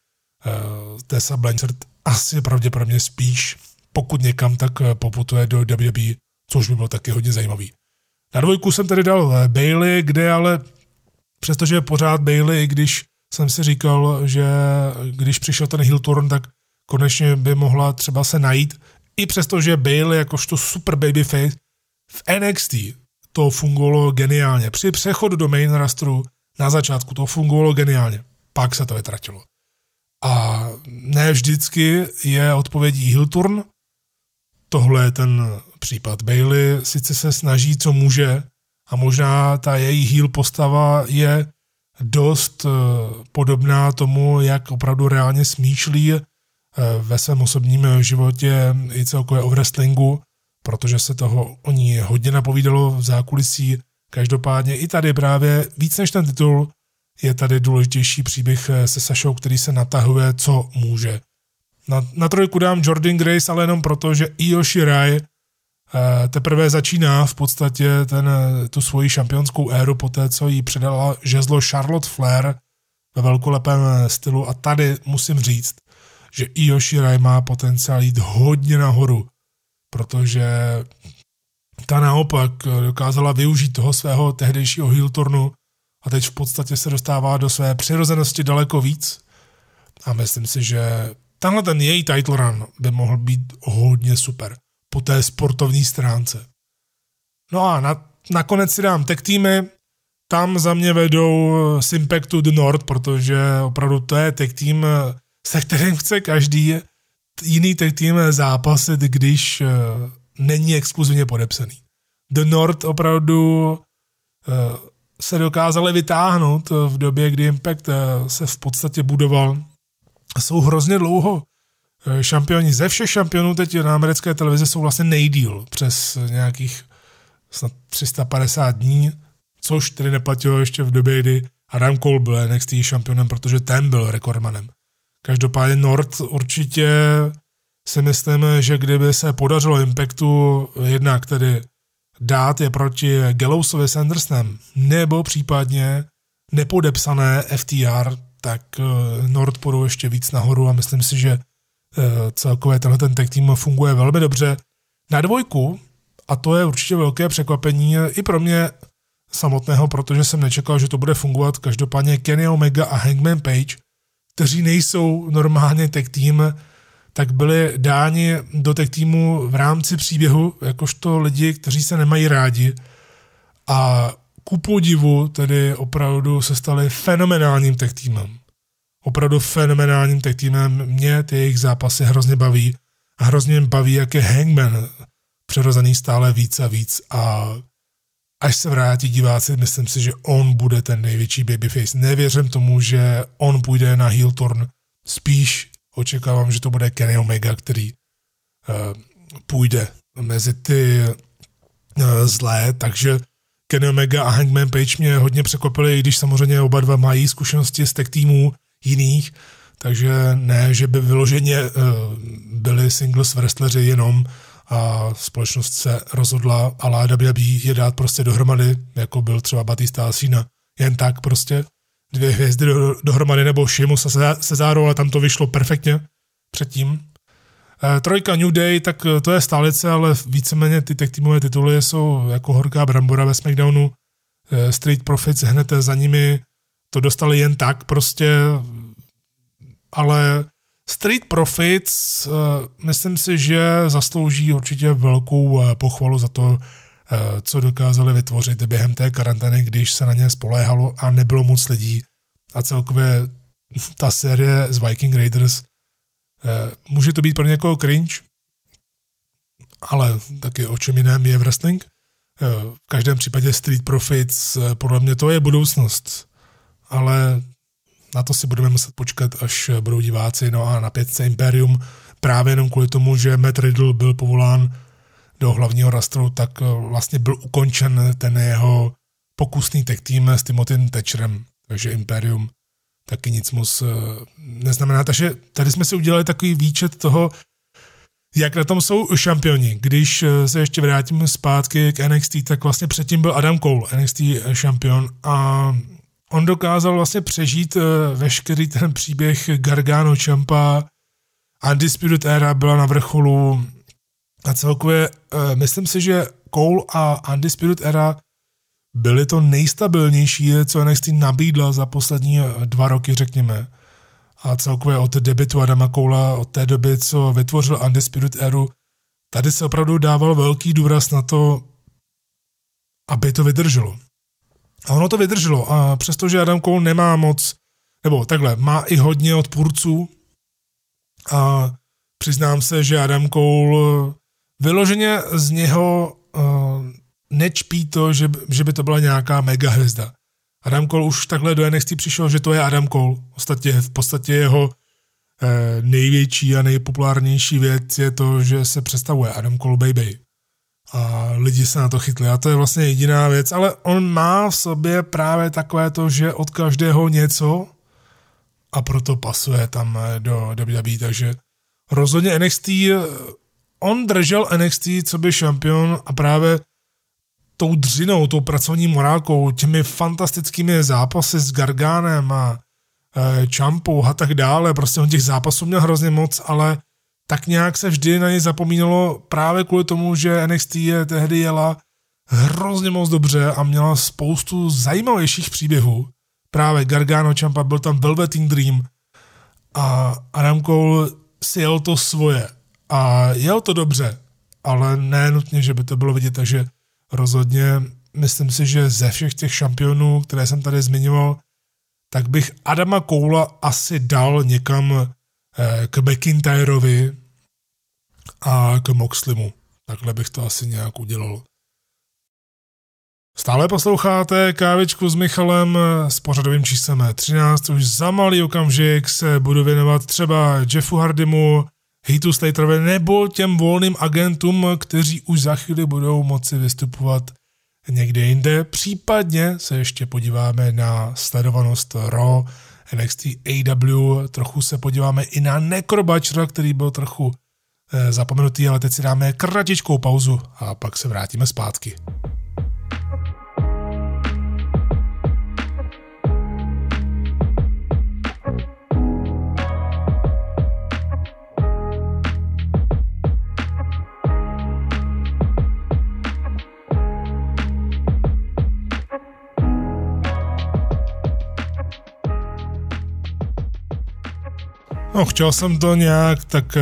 uh, Tessa Blanchard asi pravděpodobně spíš, pokud někam, tak poputuje do W W E, což by bylo taky hodně zajímavý. Na dvojku jsem tady dal Bayley, kde ale přestože pořád Bayley, když jsem si říkal, že když přišel ten heel turn, tak konečně by mohla třeba se najít, i přesto, že Bayley jakožto super babyface v N X T to fungovalo geniálně. Při přechodu do main rosteru na začátku to fungovalo geniálně. Pak se to vytratilo. A ne vždycky je odpovědí heel turn. Tohle je ten případ. Bayley sice se snaží, co může, a možná ta její heel postava je dost podobná tomu, jak opravdu reálně smýšlí ve svém osobním životě i celkově o wrestlingu, protože se toho o ní hodně napovídalo v zákulisí. Každopádně i tady právě víc než ten titul je tady důležitější příběh se Sašou, který se natahuje, co může. Na, na trojku dám Jordynne Grace, ale jenom proto, že Io Shirai teprve začíná v podstatě ten, tu svoji šampionskou éru po té, co jí předala žezlo Charlotte Flair ve velkolepém stylu a tady musím říct, že Io Shirai má potenciál jít hodně nahoru, protože ta naopak dokázala využít toho svého tehdejšího heel turnu a teď v podstatě se dostává do své přirozenosti daleko víc a myslím si, že tenhle ten její title run by mohl být hodně super po té sportovní stránce. No a na, nakonec si dám tag týmy, tam za mě vedou Impact to the North, protože opravdu to je tag tým, se kterým chce každý jiný tag tým zápasit, když není exkluzivně podepsaný. The North opravdu se dokázali vytáhnout v době, kdy Impact se v podstatě budoval. Jsou hrozně dlouho šampioni. Ze všech šampionů teď na americké televizi jsou vlastně nejdýl přes nějakých snad tři sta padesát dní, což tedy neplatilo ještě v době, kdy Adam Cole byl N X T šampionem, protože ten byl rekordmanem. Každopádně North určitě si myslím, že kdyby se podařilo Impactu jednak tedy dát je proti Gallowsovi s Andersonem nebo případně nepodepsané F T R, tak North půjdou ještě víc nahoru a myslím si, že celkově tenhle ten tag team funguje velmi dobře. Na dvojku, a to je určitě velké překvapení i pro mě samotného, protože jsem nečekal, že to bude fungovat, každopádně Kenny Omega a Hangman Page, kteří nejsou normálně tag team, tak byli dáni do tag teamu v rámci příběhu, jakožto lidi, kteří se nemají rádi a ku podivu tedy opravdu se stali fenomenálním tag teamem. Opravdu fenomenálním tag teamem. Mě ty jejich zápasy hrozně baví a hrozně mě baví, jak je Hangman přirozený stále víc a víc a až se vrátí diváci, myslím si, že on bude ten největší babyface. Nevěřím tomu, že on půjde na heel turn. Spíš očekávám, že to bude Kenny Omega, který uh, půjde mezi ty uh, zlé, takže Kenny Omega a Hangman Page mě hodně překvapili, i když samozřejmě oba dva mají zkušenosti z tag týmů jiných, takže ne, že by vyloženě uh, byli singles wrestleri jenom a společnost se rozhodla a W W E je dát prostě dohromady, jako byl třeba Batista a Cena, jen tak prostě dvě hvězdy do, dohromady, nebo Sheamus a Cesaro, ale tam to vyšlo perfektně předtím. E, trojka New Day, tak to je stálice, ale víceméně ty tag týmové tituly jsou jako horká brambora ve SmackDownu. E, Street Profits hned za nimi to dostali jen tak prostě, ale Street Profits, uh, myslím si, že zaslouží určitě velkou uh, pochvalu za to, uh, co dokázali vytvořit během té karantény, když se na ně spoléhalo a nebylo moc lidí. A celkově ta série z Viking Raiders, uh, může to být pro někoho cringe, ale taky o čem jiném je wrestling. V každém případě Street Profits, podle mě to je budoucnost, ale na to si budeme muset počkat, až budou diváci. No a na pětce Imperium právě jenom kvůli tomu, že Matt Riddle byl povolán do hlavního rastru, tak vlastně byl ukončen ten jeho pokusný tag team s Timothym Thatcherem, takže Imperium taky nic moc neznamená. Takže tady jsme si udělali takový výčet toho, jak na tom jsou šampioni. Když se ještě vrátím zpátky k N X T, tak vlastně předtím byl Adam Cole, N X T šampion, a on dokázal vlastně přežít veškerý ten příběh Gargano Ciampa, Undisputed Era byla na vrcholu a celkově myslím si, že Cole a Undisputed Era byly to nejstabilnější, co N X T nabídla za poslední dva roky, řekněme. A celkově od debutu Adama Cola, od té doby, co vytvořil Undisputed Eru, tady se opravdu dával velký důraz na to, aby to vydrželo. A ono to vydrželo. A přestože Adam Cole nemá moc, nebo takhle, má i hodně odpůrců, a přiznám se, že Adam Cole vyloženě z něho uh, nečpí to, že, že by to byla nějaká mega hvězda. Adam Cole už takhle do N X T přišel, že to je Adam Cole. Ostatně, v podstatě jeho eh, největší a nejpopulárnější věc je to, že se představuje Adam Cole Baby. A lidi se na to chytli. A to je vlastně jediná věc. Ale on má v sobě právě takové to, že od každého něco a proto pasuje tam do W W E. Takže rozhodně N X T, on držel N X T co by šampion a právě tou dřinou, tou pracovní morálkou, těmi fantastickými zápasy s Garganem a e, Ciampou a tak dále. Prostě on těch zápasů měl hrozně moc, ale tak nějak se vždy na ně zapomínalo právě kvůli tomu, že N X T je tehdy jela hrozně moc dobře a měla spoustu zajímavějších příběhů. Právě Gargano Ciampa, byl tam Velveteen Dream a Adam Cole si jel to svoje. A jel to dobře, ale ne nutně, že by to bylo vidět, takže rozhodně myslím si, že ze všech těch šampionů, které jsem tady zmiňoval, tak bych Adama Cola asi dal někam k McIntyrovi a k Moxleymu. Takhle bych to asi nějak udělal. Stále posloucháte Kávičku s Michalem s pořadovým číslem třináct. Už za malý okamžik se budu věnovat třeba Jeffu Hardymu, Heathu Slaterovi nebo těm volným agentům, kteří už za chvíli budou moci vystupovat někde jinde. Případně se ještě podíváme na sledovanost Raw, N X T A W, trochu se podíváme i na Necrobatchera, který byl trochu eh, zapomenutý, ale teď si dáme kratičkou pauzu a pak se vrátíme zpátky. No, chtěl jsem to nějak tak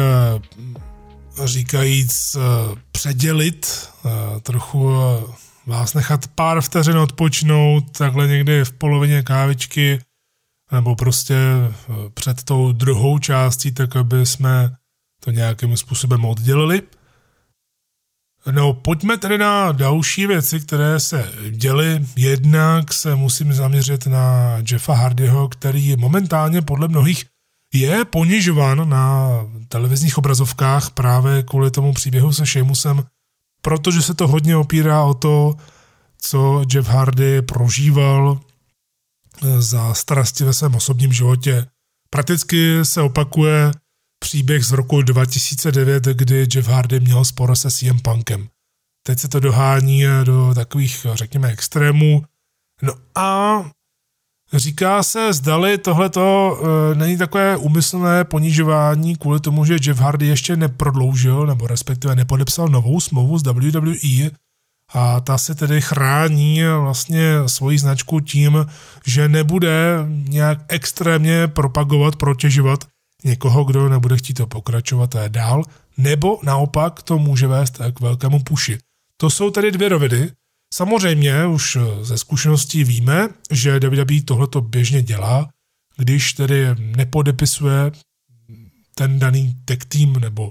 říkajíc předělit, trochu vás nechat pár vteřin odpočnout, takhle někdy v polovině kávičky, nebo prostě před tou druhou částí, tak aby jsme to nějakým způsobem oddělili. No, pojďme tedy na další věci, které se děly. Jednak se musím zaměřit na Jeffa Hardyho, který momentálně podle mnohých je ponižován na televizních obrazovkách právě kvůli tomu příběhu se Sheamusem, protože se to hodně opírá o to, co Jeff Hardy prožíval za starosti ve svém osobním životě. Prakticky se opakuje příběh z roku dva tisíce devět, kdy Jeff Hardy měl spor se C M Punkem. Teď se to dohání do takových, řekněme, extrémů. No a říká se, zdali tohleto e, není takové úmyslné ponižování kvůli tomu, že Jeff Hardy ještě neprodloužil, nebo respektive nepodepsal novou smlouvu s W W E a ta se tedy chrání vlastně svoji značku tím, že nebude nějak extrémně propagovat, protěžovat někoho, kdo nebude chtít to pokračovat dál, nebo naopak to může vést k velkému puši. To jsou tedy dvě roviny. Samozřejmě už ze zkušeností víme, že W W E tohleto běžně dělá, když tedy nepodepisuje ten daný tag team nebo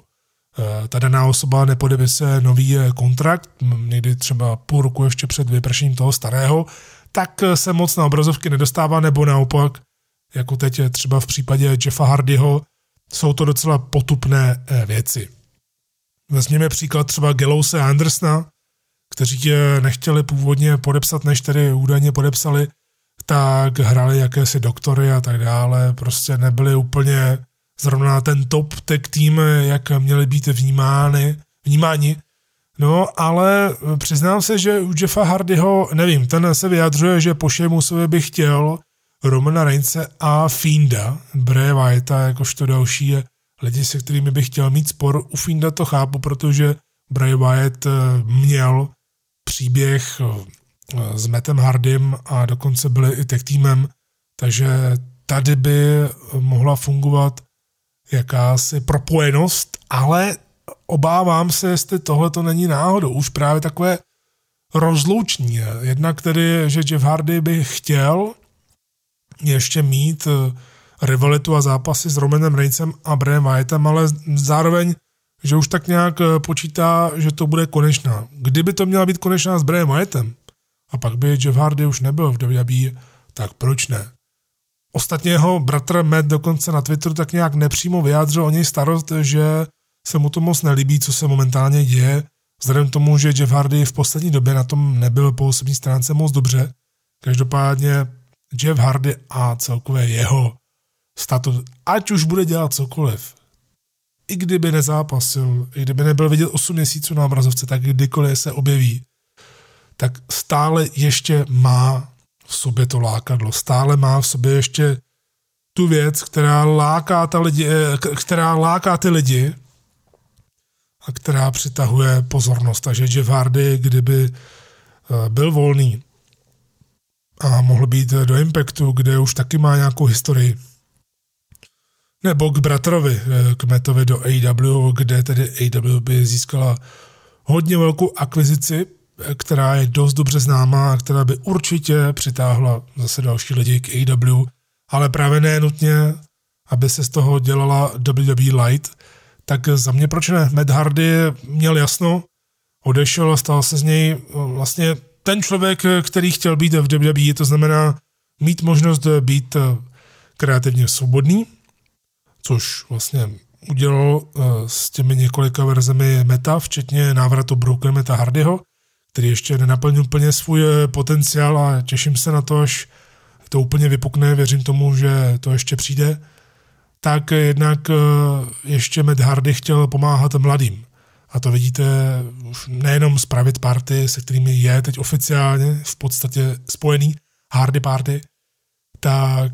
ta daná osoba nepodepisuje nový kontrakt, někdy třeba půl roku ještě před vypršením toho starého, tak se moc na obrazovky nedostává, nebo naopak, jako teď třeba v případě Jeffa Hardyho, jsou to docela potupné věci. Vezměme příklad třeba Gallowse a Andersona, kteří je nechtěli původně podepsat, než tedy údajně podepsali, tak hráli jakési doktory a tak dále, prostě nebyli úplně zrovna ten top tag tým, jak měli být vnímány, vnímáni. No, ale přiznám se, že u Jeffa Hardyho, nevím, ten se vyjadřuje, že po Sheamusovi by chtěl Romana Reignse a Fienda, Bray Wyetta, jakožto další lidi, se kterými bych chtěl mít spor. U Fienda to chápu, protože Bray Wyatt měl příběh s Mattem Hardym a dokonce byli i tag týmem, takže tady by mohla fungovat jakási propojenost, ale obávám se, jestli tohle to není náhodou. Už právě takové rozlouční. Jednak tedy, že Jeff Hardy by chtěl ještě mít rivalitu a zápasy s Romanem Reignsem a Brayem Wyattem, ale zároveň, že už tak nějak počítá, že to bude konečná. Kdyby to měla být konečná s Brayem Wyattem a pak by Jeff Hardy už nebyl v W W E, tak proč ne? Ostatně jeho bratr Matt dokonce na Twitteru tak nějak nepřímo vyjádřil o něj starost, že se mu to moc nelíbí, co se momentálně děje, vzhledem k tomu, že Jeff Hardy v poslední době na tom nebyl po osobní stránce moc dobře. Každopádně Jeff Hardy a celkově jeho status, ať už bude dělat cokoliv, i kdyby nezápasil, i kdyby nebyl vidět osm měsíců na obrazovce, tak kdykoliv se objeví, tak stále ještě má v sobě to lákadlo, stále má v sobě ještě tu věc, která láká, ta lidi, která láká ty lidi a která přitahuje pozornost. Takže Jeff Hardy, kdyby byl volný a mohl být do Impactu, kde už taky má nějakou historii, nebo k bratrovi, k Mattovi do A E W, kde tedy A E W by získala hodně velkou akvizici, která je dost dobře známá a která by určitě přitáhla zase další lidi k A E W, ale právě ne nutně, aby se z toho dělala W W E Light, tak za mě proč ne? Matt Hardy měl jasno, odešel a stal se z něj vlastně ten člověk, který chtěl být v W W E, to znamená mít možnost být kreativně svobodný, což vlastně udělal s těmi několika verzemi Meta, včetně návratu Broken Meta Hardyho, který ještě nenaplnil úplně svůj potenciál a těším se na to, až to úplně vypukne, věřím tomu, že to ještě přijde, tak jednak ještě Matt Hardy chtěl pomáhat mladým. A to vidíte už nejenom z Private Party, se kterými je teď oficiálně v podstatě spojený Hardy Party, tak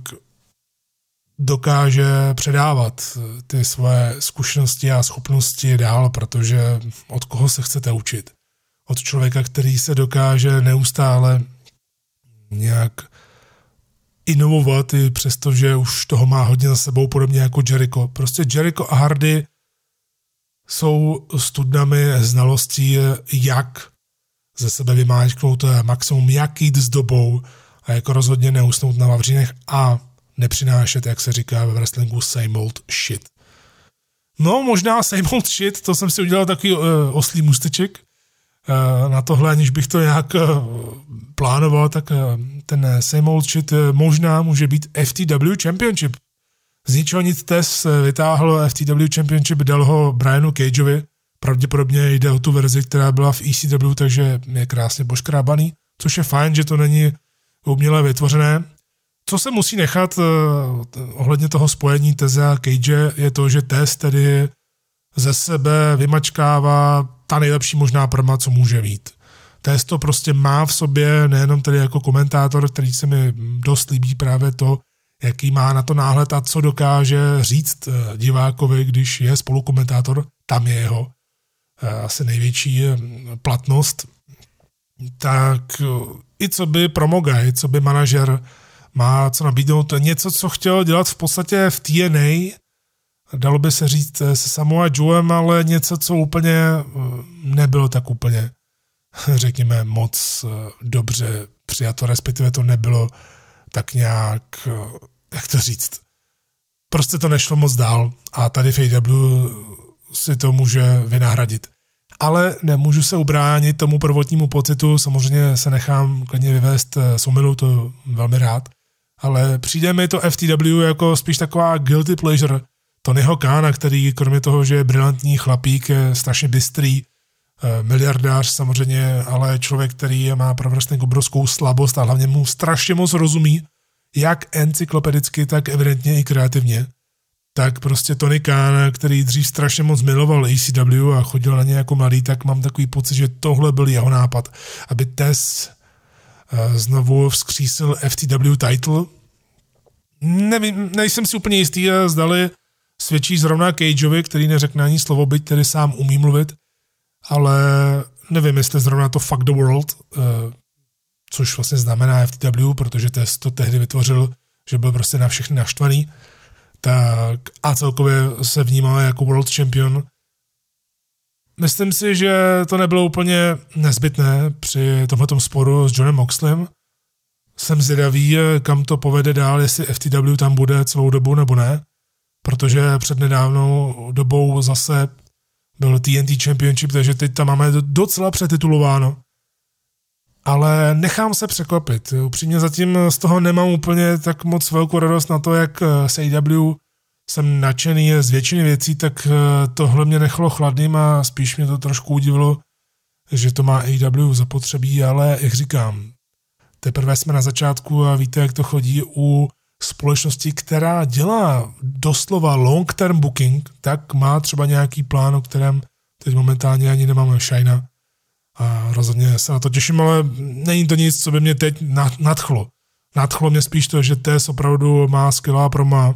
dokáže předávat ty své zkušenosti a schopnosti dál, protože od koho se chcete učit? Od člověka, který se dokáže neustále nějak inovovat, i přestože už toho má hodně za sebou, podobně jako Jericho. Prostě Jericho a Hardy jsou studnami znalostí, jak ze sebe vymáčknout maximum, jak jít s dobou a jako rozhodně neusnout na vavřínech a nepřinášet, jak se říká ve wrestlingu, same old shit. No, možná same old shit, to jsem si udělal takový uh, oslý můsteček. Uh, na tohle, aniž bych to nějak uh, plánoval, tak uh, ten same old shit uh, možná může být F T W Championship. Z ničeho nic Tess vytáhl F T W Championship, dal ho Brianu Cageovi. Pravděpodobně jde o tu verzi, která byla v E C W, takže je krásně poškrábaný, což je fajn, že to není uměle vytvořené. Co se musí nechat uh, ohledně toho spojení Teze a Cage je to, že Tess tedy ze sebe vymačkává ta nejlepší možná prma, co může být. Tess to prostě má v sobě, nejenom tedy jako komentátor, který se mi dost líbí právě to, jaký má na to náhled a co dokáže říct divákovi, když je spolukomentátor, tam je jeho asi největší platnost. Tak i co by promo guy, co by manažer má co nabídnout, něco, co chtěl dělat v podstatě v T N A, dalo by se říct se Samoa Joem, ale něco, co úplně nebylo tak úplně, řekněme, moc dobře přijato, respektive to nebylo tak nějak, jak to říct, prostě to nešlo moc dál a tady v A E W si to může vynahradit. Ale nemůžu se ubránit tomu prvotnímu pocitu, samozřejmě se nechám klidně vyvést z omylu, to velmi rád, ale přijde mi to F T W jako spíš taková guilty pleasure Tonyho Khana, který kromě toho, že je brilantní chlapík, je strašně bystrý, miliardář samozřejmě, ale člověk, který má pro wrestling obrovskou slabost a hlavně mu strašně moc rozumí, jak encyklopedicky, tak evidentně i kreativně. Tak prostě Tony Khan, který dřív strašně moc miloval A C W a chodil na ně jako mladý, tak mám takový pocit, že tohle byl jeho nápad, aby Tess znovu vzkřísil F T W title. Nevím, nejsem si úplně jistý, zdali svědčí zrovna Cageovi, který neřekne ani slovo, byť tedy sám umí mluvit, ale nevím, jestli zrovna to fuck the world, což vlastně znamená F T W, protože Tess to tehdy vytvořil, že byl prostě na všechny naštvaný, tak a celkově se vnímal jako world champion. Myslím si, že to nebylo úplně nezbytné při tomhletom sporu s Johnem Moxleym. Jsem zvědavý, kam to povede dál, jestli F T W tam bude celou dobu nebo ne, protože před nedávnou dobou zase byl T N T Championship, takže teď tam máme docela přetitulováno. Ale nechám se překvapit. Upřímně zatím z toho nemám úplně tak moc velkou radost na to, jak s A W jsem nadšený z většiny věcí, tak tohle mě nechalo chladným a spíš mě to trošku udivilo, že to má A W zapotřebí, ale jak říkám, teprve jsme na začátku a víte, jak to chodí u společnosti, která dělá doslova long-term booking, tak má třeba nějaký plán, o kterém teď momentálně ani nemáme šajna. A rozhodně se na to těším, ale není to nic, co by mě teď nadchlo. Nadchlo mě spíš to, že Tess opravdu má skvělá proma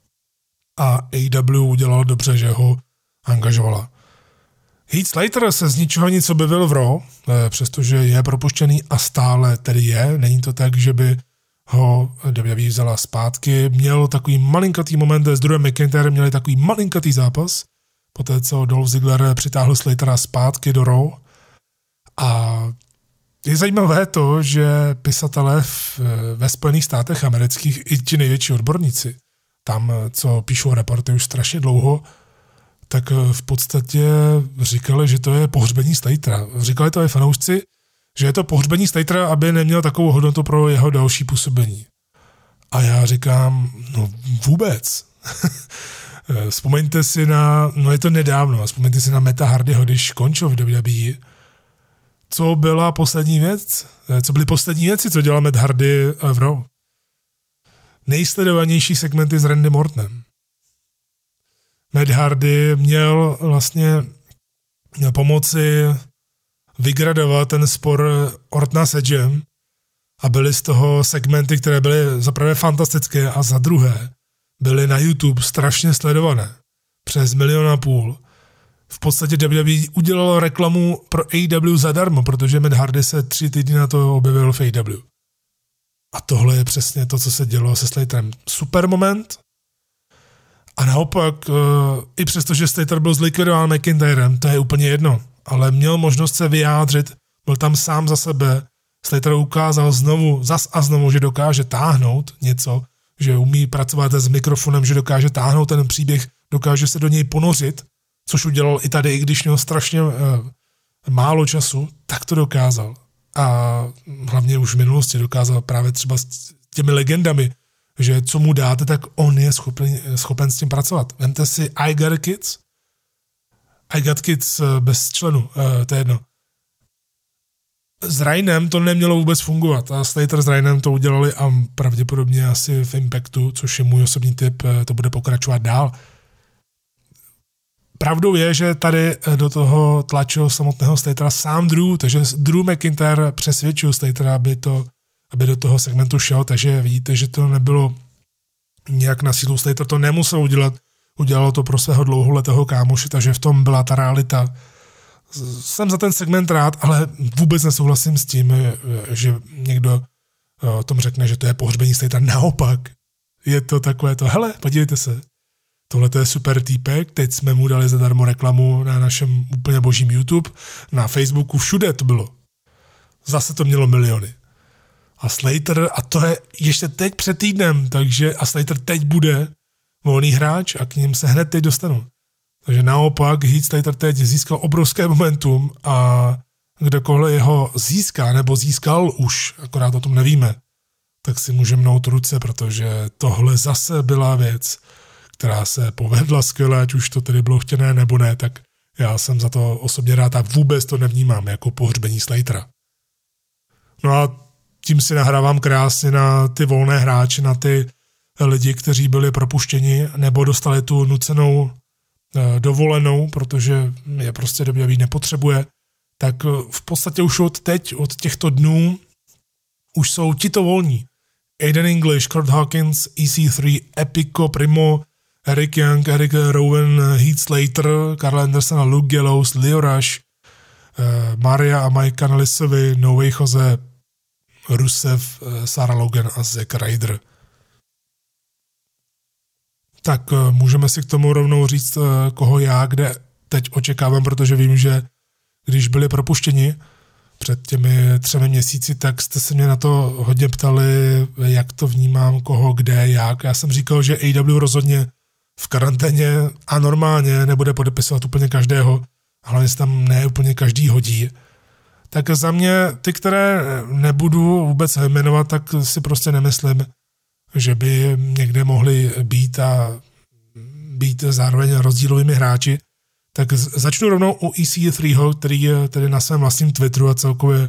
a A W udělal dobře, že ho angažovala. Heath Slater se z ničeho nic objevil v Raw, přestože je propuštěný a stále tedy je. Není to tak, že by ho W W E vzala zpátky. Měl takový malinkatý moment s Drewem McIntyrem, měli takový malinkatý zápas, poté co Dolph Ziggler přitáhl Slatera zpátky do Raw. A je zajímavé to, že pisatelé v, ve Spojených státech amerických i ti největší odborníci, tam, co píšou reporty už strašně dlouho, tak v podstatě říkali, že to je pohřbení Slatera. Říkali to i fanoušci, že je to pohřbení Slatera, aby neměl takovou hodnotu pro jeho další působení. A já říkám, no vůbec. Vzpomeňte si na, no je to nedávno, vzpomeňte si na Meta Hardyho, když končil v W W E. Co byla poslední věc? Co byly poslední věci, co dělal Matt Hardy v Raw? Nejsledovanější segmenty s Randy Ortonem. Matt Hardy měl vlastně měl pomoci vygradovat ten spor Ortona s Edgem a byly z toho segmenty, které byly za prvé fantastické a za druhé byly na YouTube strašně sledované. Přes milion a půl. V podstatě W W E udělalo reklamu pro A W zadarmo, protože Matt Hardy se tři týdny na to objevil v A W. A tohle je přesně to, co se dělo se Slaterem. Super moment. A naopak, uh, i přesto, že Slater byl zlikvidován McIntyrem, to je úplně jedno, ale měl možnost se vyjádřit, byl tam sám za sebe. Slater ukázal znovu, zas a znovu, že dokáže táhnout něco, že umí pracovat s mikrofonem, že dokáže táhnout ten příběh, dokáže se do něj ponořit, což udělal i tady, i když měl strašně uh, málo času, tak to dokázal. A hlavně už v minulosti dokázal právě třeba s těmi legendami, že co mu dáte, tak on je schopen, schopen s tím pracovat. Vemte si I Got Kids. I Got Kids bez členu, uh, to je jedno. S Ryanem to nemělo vůbec fungovat a Slater s Ryanem to udělali a pravděpodobně asi v Impactu, což je můj osobní tip, to bude pokračovat dál. Pravdou je, že tady do toho tlačil samotného Slatera sám Drew, takže Drew McIntyre přesvědčil Slatera, aby, to, aby do toho segmentu šel, takže vidíte, že to nebylo nějak na sílu. Slater to nemusel udělat, udělalo to pro svého dlouholetého kámoše, takže v tom byla ta realita. Jsem za ten segment rád, ale vůbec nesouhlasím s tím, že někdo o tom řekne, že to je pohřbení Slatera. Naopak, je to takové to, hele, podívejte se, tohle je super týpek, teď jsme mu dali zadarmo reklamu na našem úplně božím YouTube, na Facebooku, všude to bylo. Zase to mělo miliony. A Slater, a to je ještě teď před týdnem, takže a Slater teď bude volný hráč a k ním se hned teď dostanu. Takže naopak Heath Slater teď získal obrovské momentum a kdokoliv jeho získá nebo získal už, akorát o tom nevíme, tak si může mnout ruce, protože tohle zase byla věc, která se povedla skvěle, ať už to tedy bylo chtěné nebo ne, tak já jsem za to osobně rád a vůbec to nevnímám jako pohřbení Slatera. No a tím si nahrávám krásně na ty volné hráče, na ty lidi, kteří byli propuštěni nebo dostali tu nucenou dovolenou, protože je prostě W W E nepotřebuje, tak v podstatě už od teď, od těchto dnů, už jsou tito volní. Aiden English, Kurt Hawkins, E C tři, Epico, Primo, Eric Young, Eric Rowan, Heath Slater, Karl Anderson, Luke Gallows, Lio Rush, Maria a Mike Kanellisovi, No Way Jose, Rusev, Sarah Logan a Zack Ryder. Tak můžeme si k tomu rovnou říct, koho já kde teď očekávám, protože vím, že když byli propuštěni před těmi třemi měsíci, tak jste se mě na to hodně ptali, jak to vnímám, koho, kde, jak. Já jsem říkal, že A E W rozhodně v karanténě a normálně nebude podepisovat úplně každého, hlavně se tam ne úplně každý hodí. Tak za mě ty, které nebudu vůbec jmenovat, tak si prostě nemyslím, že by někde mohli být a být zároveň rozdílovými hráči. Tak začnu rovnou u E C tři, který je tedy na svém vlastním Twitteru a celkově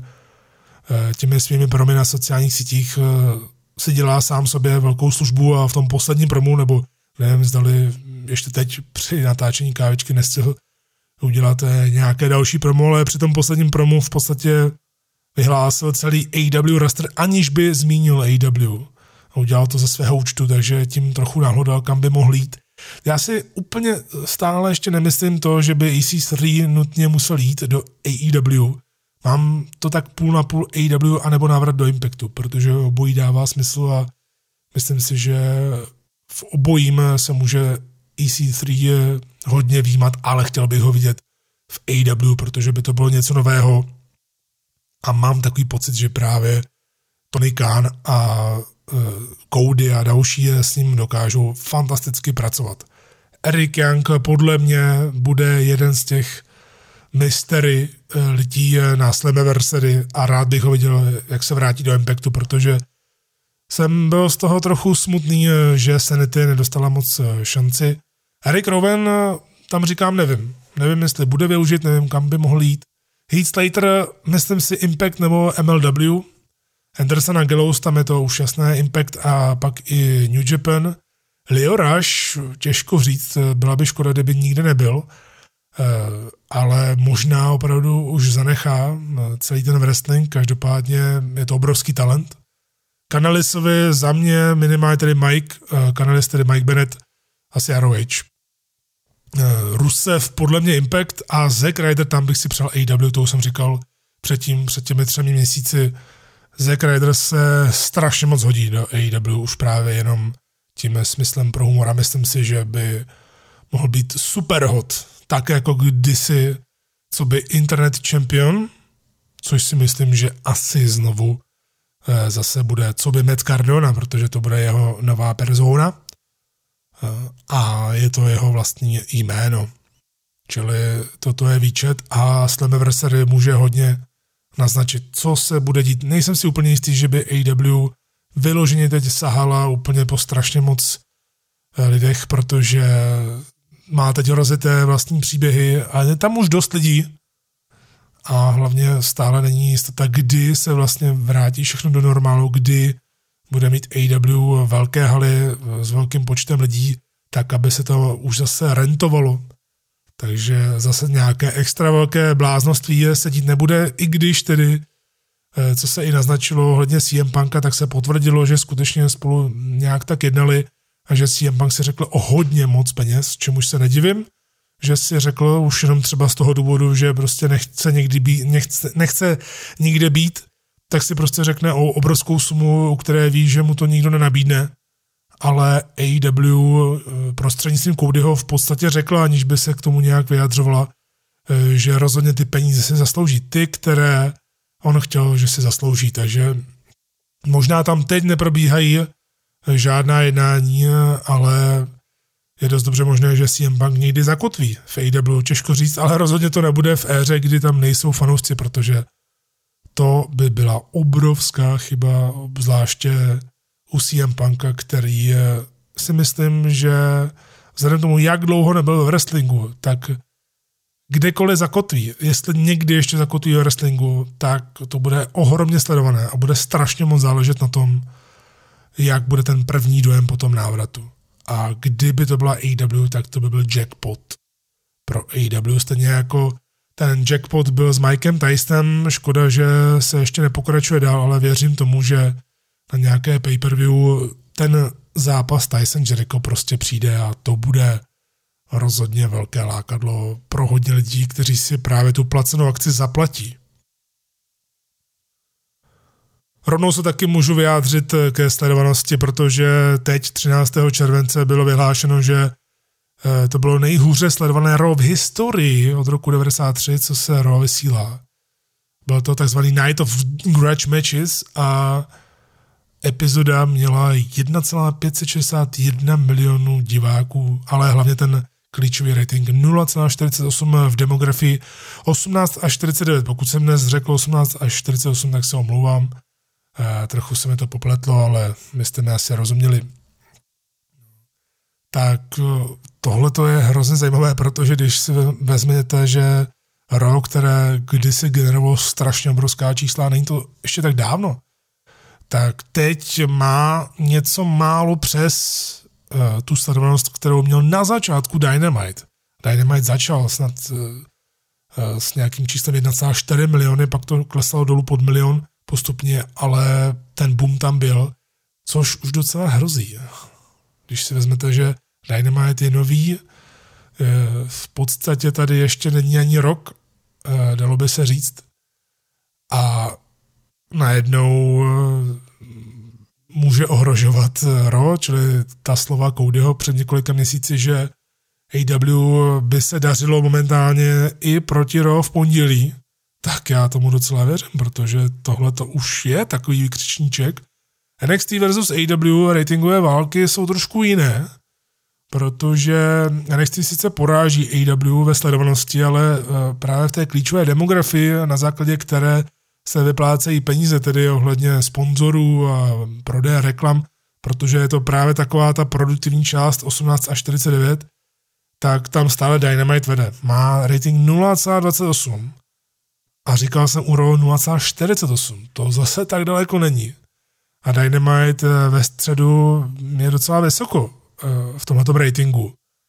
těmi svými promy na sociálních sítích si dělá sám sobě velkou službu a v tom posledním promu, nebo nevím, zdali ještě teď při natáčení kávičky nestihl udělat nějaké další promo, ale při tom posledním promu v podstatě vyhlásil celý A E W roster, aniž by zmínil A E W. A udělal to ze svého účtu, takže tím trochu nahlodal, kam by mohl jít. Já si úplně stále ještě nemyslím to, že by E C tři nutně musel jít do A E W. Mám to tak půl na půl A E W anebo návrat do Impactu, protože obojí dává smysl a myslím si, že v obojím se může E C tři hodně výjímat, ale chtěl bych ho vidět v A E W, protože by to bylo něco nového a mám takový pocit, že právě Tony Khan a Cody a další s ním dokážou fantasticky pracovat. Eric Young podle mě bude jeden z těch mystery lidí na Slammiversary a rád bych ho viděl, jak se vrátí do Impactu, protože jsem byl z toho trochu smutný, že Sanity nedostala moc šanci. Eric Rowan, tam říkám nevím. Nevím, jestli bude využít, nevím, kam by mohl jít. Heath Slater, myslím si Impact nebo M L W. Anderson a Gallows, tam je to už jasné, Impact a pak i New Japan. Lio Rush, těžko říct, byla by škoda, kdyby nikde nebyl, ale možná opravdu už zanechá celý ten wrestling, každopádně je to obrovský talent. Kanellisovi za mě minimálně tedy Mike, Kanellis tedy Mike Bennett, asi R O H. Rusev podle mě Impact a Zack Ryder, tam bych si přál A E W, to už jsem říkal předtím, před těmi třemi měsíci. Zack Ryder se strašně moc hodí do A E W už právě jenom tím smyslem pro humor a myslím si, že by mohl být super hot, tak jako kdysi, co by Internet Champion, což si myslím, že asi znovu eh, zase bude, co by Matt Cardona, protože to bude jeho nová persona eh, a je to jeho vlastní jméno. Čili toto je výčet a Slammiversary může hodně naznačit, co se bude dít. Nejsem si úplně jistý, že by A E W vyloženě teď sahala úplně po strašně moc lidech, protože má teď rozjeté vlastní příběhy a je tam už dost lidí a hlavně stále není jistota, kdy se vlastně vrátí všechno do normálu, kdy bude mít A E W velké haly s velkým počtem lidí, tak aby se to už zase rentovalo. Takže zase nějaké extra velké bláznoství se dít nebude, i když tedy, co se i naznačilo hodně C M Punka, tak se potvrdilo, že skutečně spolu nějak tak jednali a že C M Punk si řekl o hodně moc peněz, čemuž se nedivím, že si řekl už jenom třeba z toho důvodu, že prostě nechce někdy být, nechce, nechce nikde být, tak si prostě řekne o obrovskou sumu, u které ví, že mu to nikdo nenabídne, ale A E W prostřednictvím Codyho v podstatě řekla, aniž by se k tomu nějak vyjadřovala, že rozhodně ty peníze si zaslouží. Ty, které on chtěl, že si zaslouží. Takže možná tam teď neprobíhají žádná jednání, ale je dost dobře možné, že C M Punk někdy zakotví v A E W, těžko říct, ale rozhodně to nebude v éře, kdy tam nejsou fanoušci, protože to by byla obrovská chyba, obzvláště u C M Punka, který si myslím, že vzhledem tomu, jak dlouho nebyl v wrestlingu, tak kdekoliv zakotví, jestli někdy ještě zakotví v wrestlingu, tak to bude ohromně sledované a bude strašně moc záležet na tom, jak bude ten první dojem po tom návratu. A kdyby to byla A E W, tak to by byl jackpot pro A E W, stejně jako ten jackpot byl s Mikem Tysonem, škoda, že se ještě nepokračuje dál, ale věřím tomu, že na nějaké pay-per-view ten zápas Tyson-Jericho prostě přijde a to bude rozhodně velké lákadlo pro hodně lidí, kteří si právě tu placenou akci zaplatí. Rovnou se taky můžu vyjádřit ke sledovanosti, protože teď třináctého července bylo vyhlášeno, že to bylo nejhůře sledované Raw v historii od roku devadesát tři, co se Raw vysílá. Byl to takzvaný Night of Grudge Matches a epizoda měla jedna celá pět set šedesát jedna milionů diváků, ale hlavně ten klíčový rating nula celá čtyřicet osm v demografii osmnáct až čtyřicet devět. Pokud jsem dnes řekl osmnáct až čtyřicet osm, tak se omlouvám. E, trochu se mi to popletlo, ale my jste mi asi rozuměli. Tak tohle to je hrozně zajímavé, protože když si vezmete, že Raw, které kdysi generovalo strašně obrovská čísla, není to ještě tak dávno, tak teď má něco málo přes uh, tu sledovanost, kterou měl na začátku Dynamite. Dynamite začal snad uh, uh, s nějakým číslem jedna celá čtyři miliony, pak to klesalo dolů pod milion postupně, ale ten boom tam byl, což už docela hrozí. Když si vezmete, že Dynamite je nový, uh, v podstatě tady ještě není ani rok, uh, dalo by se říct, a najednou může ohrožovat Raw, čili ta slova Codyho před několika měsíci, že A E W by se dařilo momentálně i proti Raw v pondělí, tak já tomu docela věřím, protože tohle to už je takový vykřičníček. N X T versus A E W ratingové války jsou trošku jiné, protože N X T sice poráží A E W ve sledovanosti, ale právě v té klíčové demografii, na základě které se vyplácejí peníze, tedy ohledně sponzorů a prodeje reklam, protože je to právě taková ta produktivní část osmnáct až čtyřicet devět, tak tam stále Dynamite vede. Má rating nula celá dvacet osm a říkal jsem u Raw nula celá čtyřicet osm. To zase tak daleko není. A Dynamite ve středu je docela vysoko v tomhletom ratingu.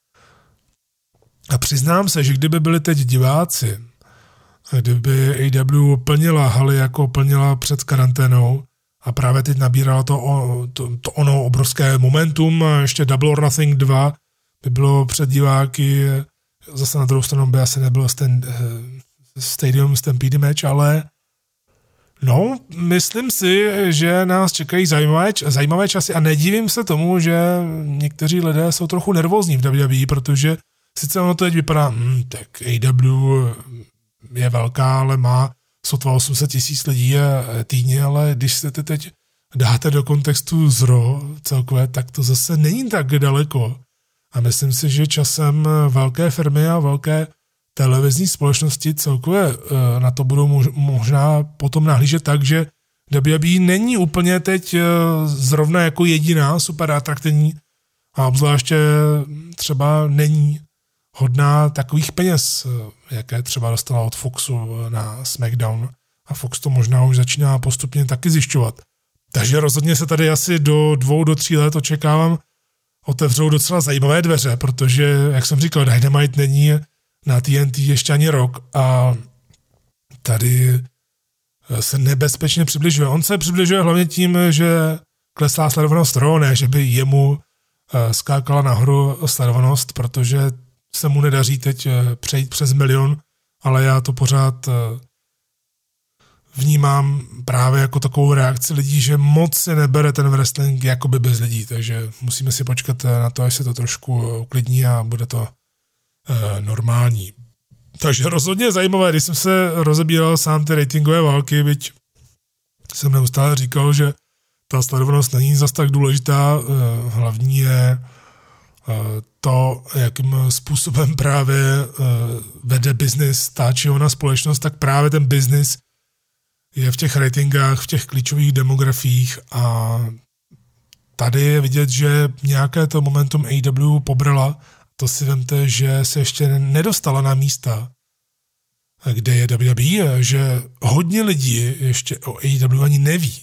A přiznám se, že kdyby byli teď diváci, kdyby A E W plnila haly, jako plnila před karanténou a právě teď nabírala to, to, to ono obrovské momentum, a ještě Double or Nothing dva by bylo před diváky, zase na druhou stranu by asi nebylo ten uh, Stadium Stampede match, ale no, myslím si, že nás čekají zajímavé, zajímavé časy a nedivím se tomu, že někteří lidé jsou trochu nervózní v W W E, protože sice ono to teď vypadá, hm, tak A E W je velká, ale má sotva osm set tisíc lidí týdně, ale když se teď dáte do kontextu z Raw celkové, tak to zase není tak daleko. A myslím si, že časem velké firmy a velké televizní společnosti celkově na to budou možná potom nahlížet tak, že W W E není úplně teď zrovna jako jediná super atraktivní a obzvláště třeba není hodná takových peněz, jaké třeba dostala od Foxu na SmackDown. A Fox to možná už začíná postupně taky zjišťovat. Takže rozhodně se tady asi do dvou, do tří let očekávám otevřou docela zajímavé dveře, protože, jak jsem říkal, Dynamite není na T N T ještě ani rok a tady se nebezpečně přibližuje. On se přibližuje hlavně tím, že klesá sledovanost Raw, ne, že by jemu skákala nahoru sledovanost, protože se mu nedaří teď přejít přes milion, ale já to pořád vnímám právě jako takovou reakci lidí, že moc se nebere ten wrestling jakoby bez lidí, takže musíme si počkat na to, až se to trošku uklidní a bude to e, normální. Takže rozhodně zajímavé, když jsem se rozebíral sám ty ratingové války, byť jsem neustále říkal, že ta sledovanost není zas tak důležitá, e, hlavní je to, jakým způsobem právě vede biznis ta či ona společnost, tak právě ten biznis je v těch ratingách, v těch klíčových demografiích a tady je vidět, že nějaké to momentum A E W pobrala. To si vemte, že se ještě nedostala na místa, kde je W W E, že hodně lidí ještě o A E W ani neví.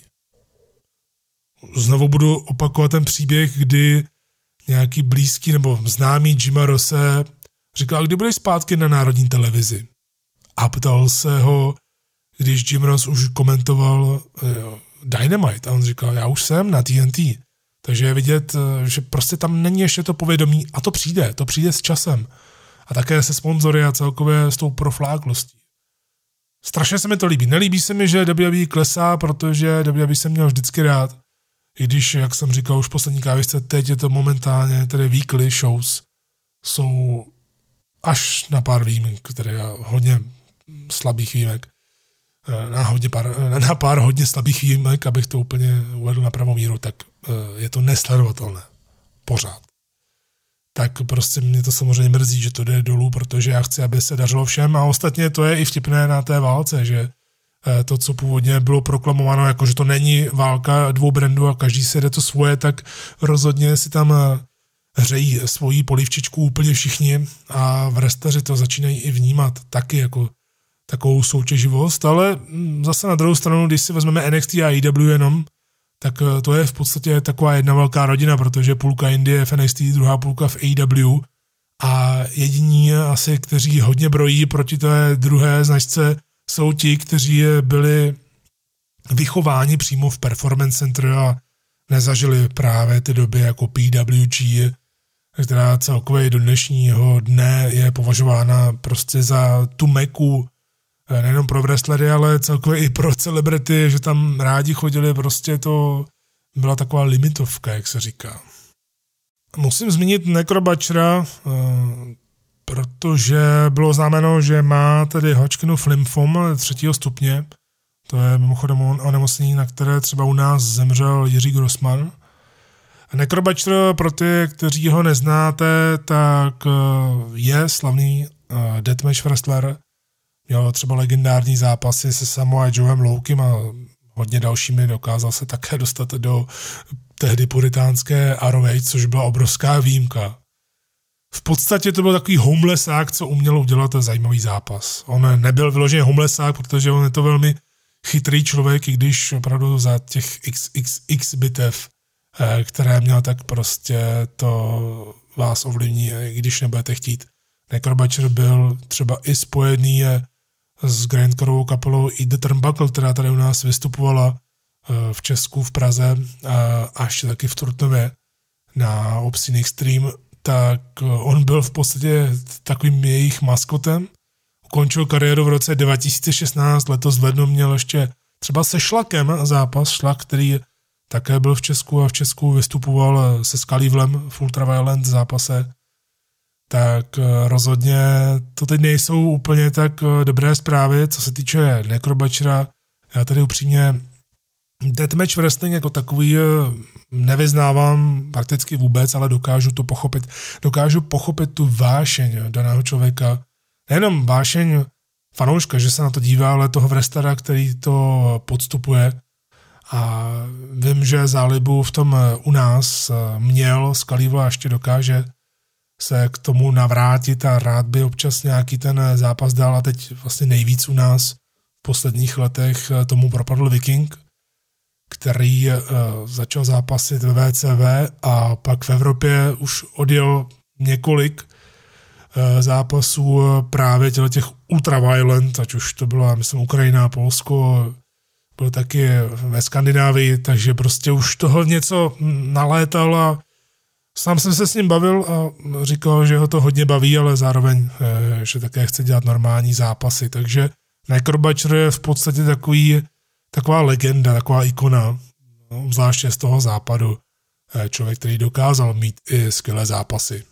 Znovu budu opakovat ten příběh, kdy nějaký blízký nebo známý Jima Rosse říkal, kdy budeš zpátky na národní televizi. A ptal se ho, když Jim Ross už komentoval jo, Dynamite a on říkal, já už jsem na T N T. Takže je vidět, že prostě tam není ještě to povědomí a to přijde, to přijde s časem. A také se sponzory a celkově s tou profláklostí. Strašně se mi to líbí. Nelíbí se mi, že W W E klesá, protože W W E jsem měl vždycky rád. I když, jak jsem říkal už v poslední kávisce, teď je to momentálně, tedy weekly shows jsou až na pár výjimek, které hodně slabých výjimek. Na, hodně pár, na pár hodně slabých výjimek, abych to úplně uvedl na pravou míru, tak je to nesledovatelné. Pořád. Tak prostě mě to samozřejmě mrzí, že to jde dolů, protože já chci, aby se dařilo všem a ostatně to je i vtipné na té válce, že to, co původně bylo proklamováno, jako že to není válka dvou brandů a každý si jde to svoje, tak rozhodně si tam hřejí svoji polívčičku úplně všichni a v restaři to začínají i vnímat taky jako takovou soutěživost, ale zase na druhou stranu, když si vezmeme N X T a A E W jenom, tak to je v podstatě taková jedna velká rodina, protože půlka Indie je v N X T, druhá půlka v A E W a jediní asi, kteří hodně brojí proti té druhé značce, jsou ti, kteří byli vychováni přímo v Performance Center a nezažili právě ty doby jako P W G, která celkově do dnešního dne je považována prostě za tu meku nejenom pro wrestlery, ale celkově i pro celebrity, že tam rádi chodili, prostě to byla taková limitovka, jak se říká. Musím zmínit Necrobutchera, protože bylo známeno, že má tedy Hodgkinův lymfom třetího stupně. To je mimochodem onemocnění, na které třeba u nás zemřel Jiří Grossman. Necrobutcher, pro ty, kteří ho neznáte, tak je slavný deathmatch wrestler. Měl třeba legendární zápasy se Samoa Joem Lowkim a hodně dalšími, dokázal se také dostat do tehdy puritánské R O H, což byla obrovská výjimka. V podstatě to byl takový homelessák, co uměl udělat zajímavý zápas. On nebyl vyloženě homelessák, protože on je to velmi chytrý člověk, i když opravdu za těch x x x bitev, které měl, tak prostě to vás ovlivní, i když nebudete chtít. Necrobutcher byl třeba i spojený s grindcoreovou kapelou Eat the Turnbuckle, která tady u nás vystupovala v Česku, v Praze a ještě taky v Trutnově na Obscene Extreme, tak on byl v podstatě takovým jejich maskotem. Ukončil kariéru v roce dva tisíce šestnáct, letos v lednu měl ještě třeba se Šlakem zápas, Šlak, který také byl v Česku a v Česku vystupoval se Skalívlem v Ultraviolent zápase. Tak rozhodně to teď nejsou úplně tak dobré zprávy, co se týče Necrobutchera. Já tady upřímně deathmatch wrestling jako takový nevyznávám prakticky vůbec, ale dokážu to pochopit. Dokážu pochopit tu vášeň daného člověka. Nejenom vášeň fanouška, že se na to dívá, ale toho wrestlera, který to podstupuje. A vím, že zálibu v tom u nás měl, Skalívla ještě dokáže se k tomu navrátit a rád by občas nějaký ten zápas dal a teď vlastně nejvíc u nás v posledních letech tomu propadl Viking, který uh, začal zápasit ve V C V a pak v Evropě už odjel několik uh, zápasů právě těch ultraviolent, ať už to byla, myslím, Ukrajina, Polsko, byl taky ve Skandinávii, takže prostě už toho něco nalétal a sám jsem se s ním bavil a říkal, že ho to hodně baví, ale zároveň, že také chce dělat normální zápasy, takže Necrobutcher je v podstatě takový, taková legenda, taková ikona, no, zvláště z toho západu, člověk, který dokázal mít i skvělé zápasy.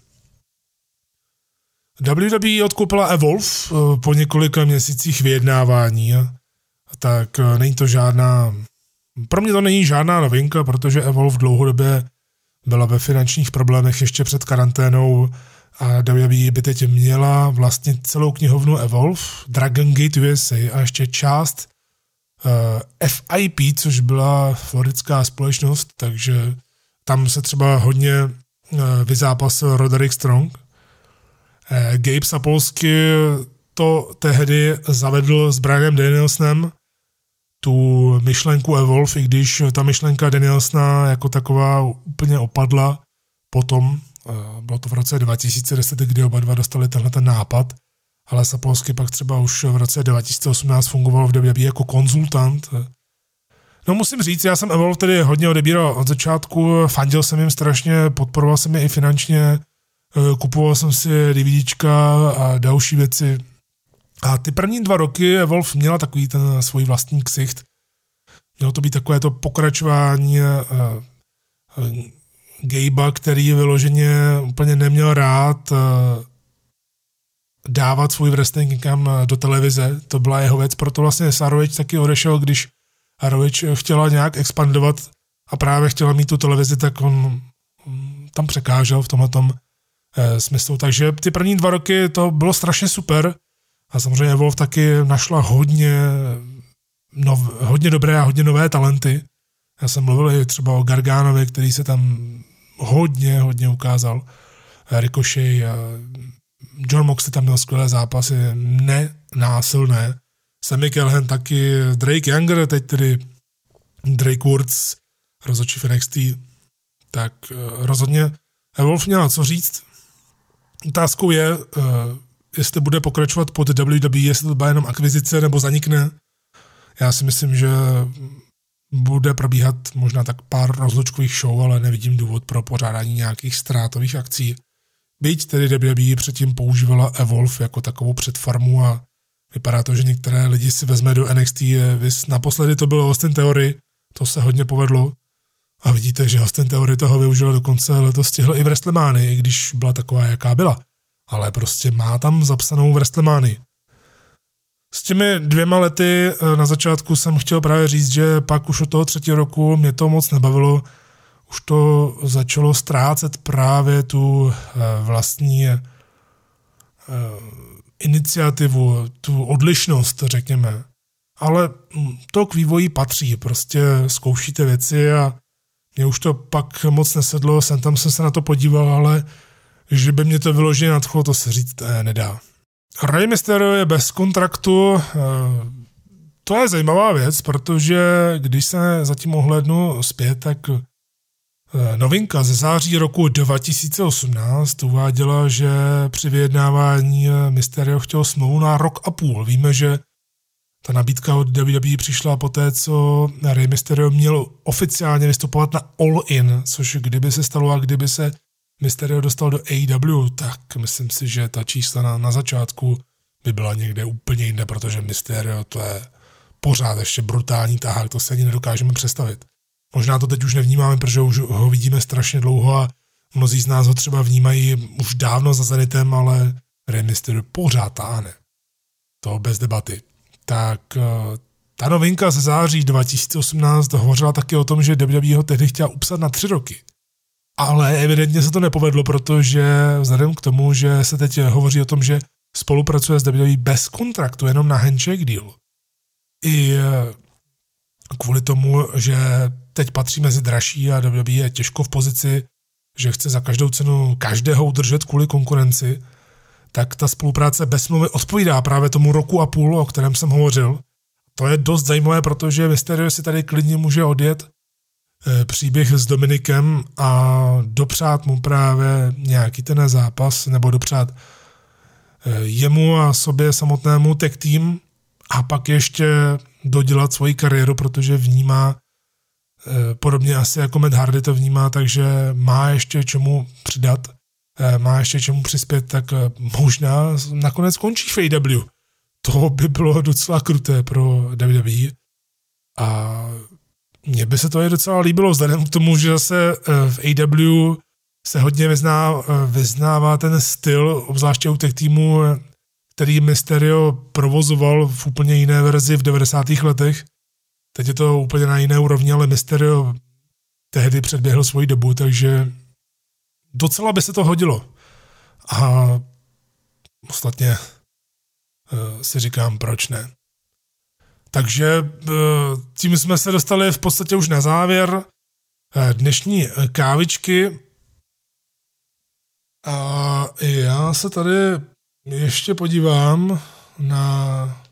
W W E odkoupila Evolve po několika měsících vyjednávání, tak není to žádná, pro mě to není žádná novinka, protože Evolve dlouhodobě byla ve finančních problémech ještě před karanténou a W W E by teď měla vlastně celou knihovnu Evolve, Dragon Gate U S A a ještě část uh, F I P, což byla floridská společnost, takže tam se třeba hodně uh, vyzápasil Roderick Strong. Uh, Gabe Sapolsky to tehdy zavedl s Bryanem Danielsonem, tu myšlenku Evolve, i když ta myšlenka Danielsona jako taková úplně opadla potom, bylo to v roce dva tisíce deset, kdy oba dva dostali tenhle ten nápad, ale Sapolsky pak třeba už v roce dva tisíce osmnáct fungoval v W W E jako konzultant. No musím říct, já jsem Evolve tedy hodně odebíral od začátku, fandil jsem jim strašně, podporoval jsem je i finančně, kupoval jsem si DVDčka a další věci. A ty první dva roky Evolve měla takový ten svůj vlastní ksicht. Mělo to být takové to pokračování uh, uh, Gabea, který vyloženě úplně neměl rád uh, dávat svůj wrestling někam do televize. To byla jeho věc, proto vlastně Sarovič taky odešel, když Sarovič chtěla nějak expandovat a právě chtěla mít tu televizi, tak on um, tam překážel v tomhletom uh, smyslu. Takže ty první dva roky to bylo strašně super. A samozřejmě Evolve taky našla hodně, nov, hodně dobré a hodně nové talenty. Já jsem mluvil i třeba o Garganovi, který se tam hodně, hodně ukázal. Ricochet, John Moxley tam měl skvělé zápasy, nenásilné. Sami Callihan taky, Drake Younger, teď tedy Drake Woods, rozhodčí v N X T. Tak rozhodně Evolve měla co říct. Otázkou je, jestli bude pokračovat pod W W E, jestli to byla jenom akvizice nebo zanikne. Já si myslím, že bude probíhat možná tak pár rozlučkových show, ale nevidím důvod pro pořádání nějakých ztrátových akcí. Byť tedy W W E předtím používala Evolve jako takovou předfarmu a vypadá to, že některé lidi si vezme do N X T. Naposledy to bylo Austin Theory, to se hodně povedlo. A vidíte, že Austin Theory toho využil dokonce, ale to stihl i v WrestleManii, i když byla taková, jaká byla. Ale prostě má tam zapsanou WrestleManii. S těmi dvěma lety na začátku jsem chtěl právě říct, že pak už od toho třetího roku mě to moc nebavilo. Už to začalo ztrácet právě tu vlastní iniciativu, tu odlišnost, řekněme. Ale to k vývoji patří, prostě zkoušíte věci a mě už to pak moc nesedlo, jsem tam jsem se na to podíval, ale že by mě to vyloženě nadchlo, to se říct eh, nedá. Rey Mysterio je bez kontraktu, eh, to je zajímavá věc, protože když se zatím ohlédnu zpět, tak eh, novinka ze září roku dva tisíce osmnáct uváděla, že při vyjednávání Mysterio chtěl smlouvu na rok a půl. Víme, že ta nabídka od W W E přišla poté, co Rey Mysterio měl oficiálně vystupovat na All In, což kdyby se stalo a kdyby se Mysterio dostal do A E W, tak myslím si, že ta čísla na, na začátku by byla někde úplně jinde, protože Mysterio to je pořád ještě brutální tahák, to se ani nedokážeme představit. Možná to teď už nevnímáme, protože už ho vidíme strašně dlouho a mnozí z nás ho třeba vnímají už dávno za Zenitem, ale Rey Mysterio pořád táhne. To bez debaty. Tak ta novinka ze září dva tisíce osmnáct hovořila taky o tom, že W W E ho tehdy chtěla upsat na tři roky. Ale evidentně se to nepovedlo, protože vzhledem k tomu, že se teď hovoří o tom, že spolupracuje s W W E bez kontraktu, jenom na handshake deal. I kvůli tomu, že teď patří mezi dražší a W W E je těžko v pozici, že chce za každou cenu každého udržet kvůli konkurenci, tak ta spolupráce bez smlouvy odpovídá právě tomu roku a půl, o kterém jsem hovořil. To je dost zajímavé, protože Mysterio si tady klidně může odjet příběh s Dominikem a dopřát mu právě nějaký ten zápas, nebo dopřát jemu a sobě samotnému tag team a pak ještě dodělat svoji kariéru, protože vnímá, podobně asi jako Matt Hardy to vnímá, takže má ještě čemu přidat, má ještě čemu přispět, tak možná nakonec končí v A E W. To by bylo docela kruté pro W W E a mně by se to je docela líbilo, vzhledem k tomu, že zase v A E W se hodně vyzná, vyznává ten styl, obzvláště u těch týmů, který Mysterio provozoval v úplně jiné verzi v devadesátých letech. Teď je to úplně na jiné úrovni, ale Mysterio tehdy předběhl svoji dobu, takže docela by se to hodilo. A ostatně si říkám, proč ne. Takže tím jsme se dostali v podstatě už na závěr dnešní kávičky. A já se tady ještě podívám na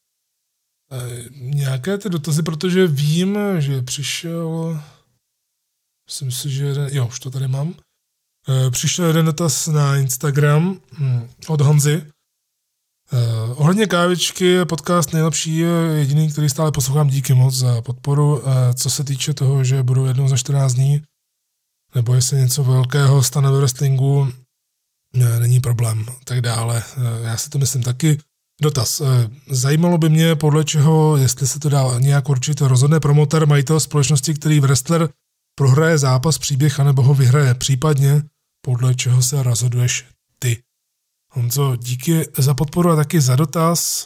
nějaké ty dotazy, protože vím, že přišel, myslím si, že jeden, jo, už to tady mám, přišel jeden dotaz na Instagram od Honzy. Ohledně kávičky, podcast nejlepší, jediný, který stále poslouchám, díky moc za podporu. Co se týče toho, že budou jednou za čtrnáct dní, nebo jestli něco velkého stane ve wrestlingu, není problém, tak dále. Já si to myslím taky. Dotaz. Zajímalo by mě, podle čeho, jestli se to dá nějak určit, rozhodne promotor, majitel společnosti, který wrestler prohraje zápas, příběh, anebo ho vyhraje, případně podle čeho se rozhoduješ ty. Honzo, díky za podporu a taky za dotaz.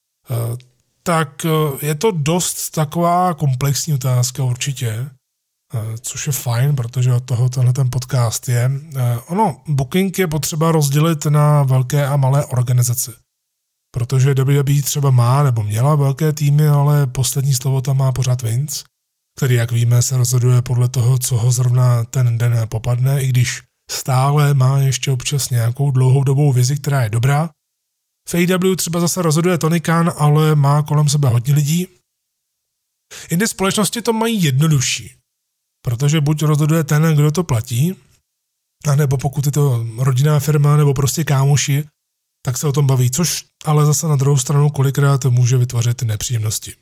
Tak je to dost taková komplexní otázka určitě, což je fajn, protože od toho tenhle ten podcast je. Ono, booking je potřeba rozdělit na velké a malé organizace, protože W W E třeba má nebo měla velké týmy, ale poslední slovo tam má pořád Vince, který, jak víme, se rozhoduje podle toho, co ho zrovna ten den popadne, i když stále má ještě občas nějakou dlouhodobou vizi, která je dobrá. V A E W třeba zase rozhoduje Tony Khan, ale má kolem sebe hodně lidí. Jindy společnosti to mají jednodušší, protože buď rozhoduje ten, kdo to platí, anebo pokud je to rodinná firma nebo prostě kámoši, tak se o tom baví, což ale zase na druhou stranu kolikrát může vytvořit nepříjemnosti.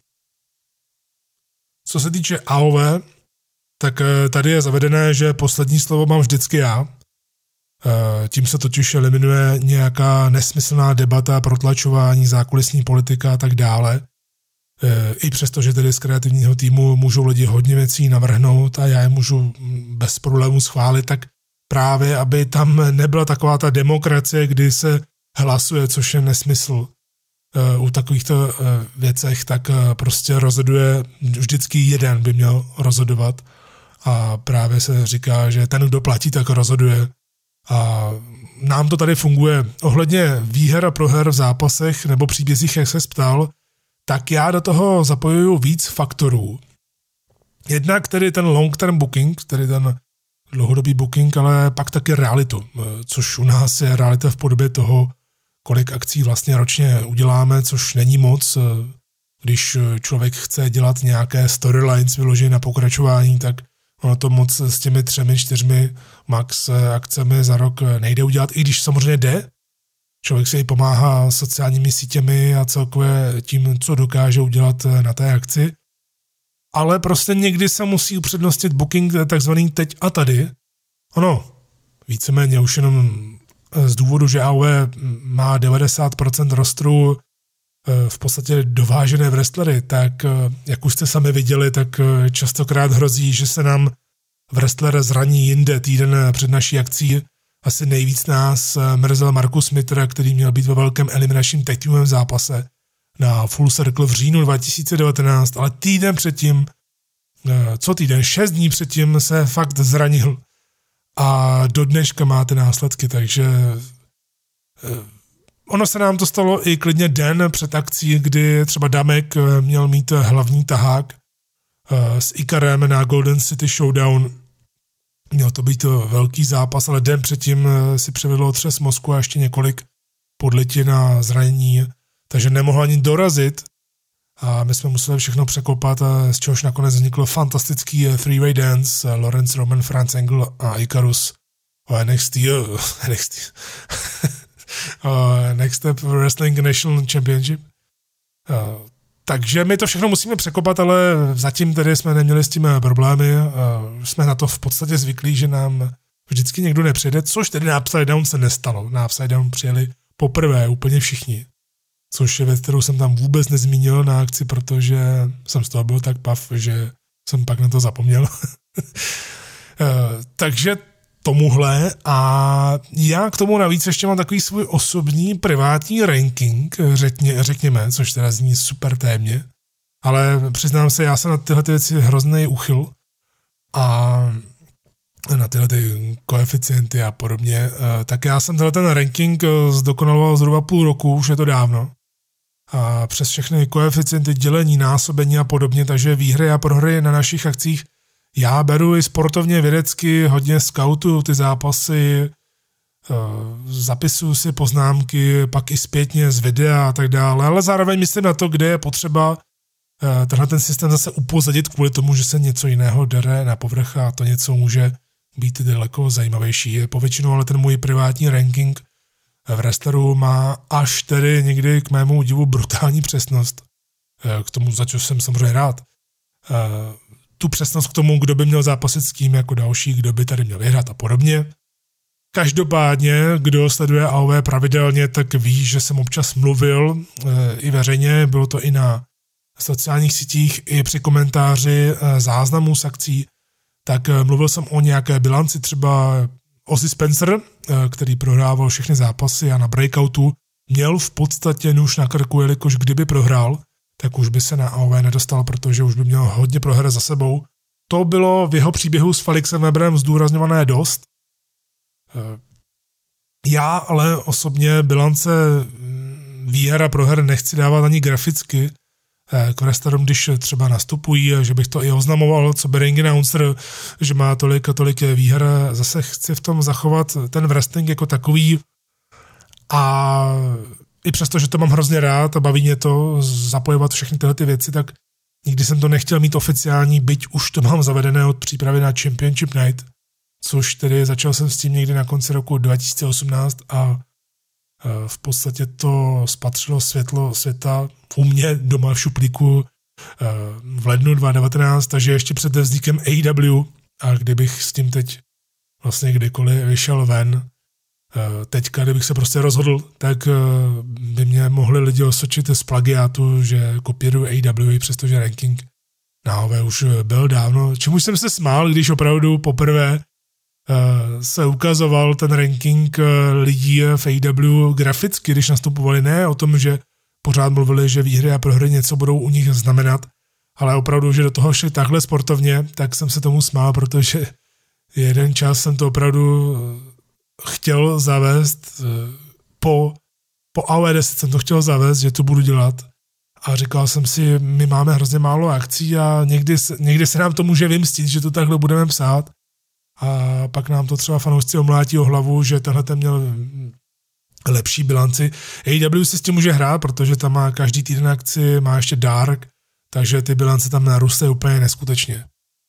Co se týče A O V, tak tady je zavedené, že poslední slovo mám vždycky já. Tím se totiž eliminuje nějaká nesmyslná debata, protlačování, zákulisní politika a tak dále. I přesto, že tedy z kreativního týmu můžou lidi hodně věcí navrhnout a já je můžu bez problémů schválit, tak právě, aby tam nebyla taková ta demokracie, kdy se hlasuje, což je nesmysl u takovýchto věcech, tak prostě rozhoduje, vždycky jeden by měl rozhodovat a právě se říká, že ten, kdo platí, tak rozhoduje. A nám to tady funguje. Ohledně výher a proher v zápasech nebo příbězích, jak se ptal, tak já do toho zapojuju víc faktorů. Jednak tedy ten long-term booking, tedy ten dlouhodobý booking, ale pak taky realitu, což u nás je realita v podobě toho, kolik akcí vlastně ročně uděláme, což není moc. Když člověk chce dělat nějaké storylines vyložené na pokračování, tak ono to moc s těmi třemi, čtyřmi max akcemi za rok nejde udělat, i když samozřejmě jde. Člověk si pomáhá sociálními sítěmi a celkově tím, co dokáže udělat na té akci. Ale prostě někdy se musí upřednostnit booking takzvaný teď a tady. Ono, víceméně už jenom z důvodu, že A O V má devadesát procent rostru v podstatě dovážené wrestlery, tak jak už jste sami viděli, tak častokrát hrozí, že se nám wrestler zraní jinde týden před naší akcí. Asi nejvíc nás mrzel Marcus Mitra, který měl být ve velkém eliminačním tag teamovém zápase na Full Circle v říjnu dva tisíce devatenáct, ale týden předtím, co týden, šest dní předtím se fakt zranil a do dneška máte následky, takže ono se nám to stalo i klidně den před akcí, kdy třeba Damek měl mít hlavní tahák s Ikarem na Golden City Showdown. Měl to být velký zápas, ale den předtím si převedl otřes mozku a ještě několik podlitin a zranění, takže nemohl ani dorazit a my jsme museli všechno překopat, z čehož nakonec vznikl fantastický three-way dance Lawrence Roman, Franz Angle a Icarus o N X T, N X T Next Step Wrestling National Championship. Takže my to všechno musíme překopat, ale zatím tedy jsme neměli s tím problémy. Jsme na to v podstatě zvyklí, že nám vždycky někdo nepřijede, což tedy na Upside Down se nestalo. Na Upside Down přijeli poprvé úplně všichni, což je věc, kterou jsem tam vůbec nezmínil na akci, protože jsem z toho byl tak pav, že jsem pak na to zapomněl. Takže tomuhle a já k tomu navíc ještě mám takový svůj osobní privátní ranking, řekně, řekněme, což teda zní super témě, ale přiznám se, já jsem na tyhle ty věci hrozný uchyl a tyhle ty koeficienty a podobně, tak já jsem tenhle ten ranking zdokonaloval zhruba půl roku, už je to dávno. A přes všechny koeficienty, dělení, násobení a podobně, takže výhry a prohry na našich akcích já beru i sportovně, vědecky, hodně skautu ty zápasy, zapisuju si poznámky, pak i zpětně z videa a tak dále, ale zároveň myslím na to, kde je potřeba tenhle ten systém zase upozadit kvůli tomu, že se něco jiného dere na povrch a to něco může být daleko zajímavější. Povětšinou ale ten můj privátní ranking v wrestleru má až tedy někdy k mému divu brutální přesnost. K tomu, za co jsem samozřejmě rád. Tu přesnost k tomu, kdo by měl zápasit s kým jako další, kdo by tady měl vyhrát a podobně. Každopádně, kdo sleduje A O V pravidelně, tak ví, že jsem občas mluvil i veřejně, bylo to i na sociálních sítích, i při komentáři záznamů z akcí, tak mluvil jsem o nějaké bilanci, třeba Ozzy Spencer, který prohrával všechny zápasy a na breakoutu měl v podstatě nůž na krku, jelikož kdyby prohrál, tak už by se na A O V nedostal, protože už by měl hodně proher za sebou. To bylo v jeho příběhu s Felixem Weberem zdůrazňované dost. Já ale osobně bilance výher a proher nechci dávat ani graficky k wrestlerům, když třeba nastupují, že bych to i oznamoval, co by ring announcer, že má tolik a tolik výher. Zase chci v tom zachovat ten wrestling jako takový a i přesto, že to mám hrozně rád a baví mě to zapojovat všechny tyhle ty věci, tak nikdy jsem to nechtěl mít oficiální, byť už to mám zavedené od přípravy na Championship Night, což tedy začal jsem s tím někdy na konci roku dva tisíce osmnáct a v podstatě to spatřilo světlo světa u mě doma v šuplíku v lednu dva tisíce devatenáct, takže ještě před vznikem A E W, a kdybych s tím teď vlastně kdykoliv vyšel ven, teďka, kdybych se prostě rozhodl, tak by mě mohli lidi osočit z plagiátu, že kopíruju A E W, přestože ranking na A O V už byl dávno, čemu jsem se smál, když opravdu poprvé se ukazoval ten ranking lidí v A E W graficky, když nastupovali, ne o tom, že pořád mluvili, že výhry a prohry něco budou u nich znamenat, ale opravdu, že do toho šli takhle sportovně, tak jsem se tomu smál, protože jeden čas jsem to opravdu chtěl zavést, po, po A O V deset jsem to chtěl zavést, že to budu dělat a říkal jsem si, my máme hrozně málo akcí a někdy, někdy se nám to může vymstit, že to takhle budeme psát. A pak nám to třeba fanoušci omlátí o hlavu, že tenhle ten měl lepší bilanci. A E W si s tím může hrát, protože tam má každý týden akci, má ještě Dark, takže ty bilance tam narůstají úplně neskutečně.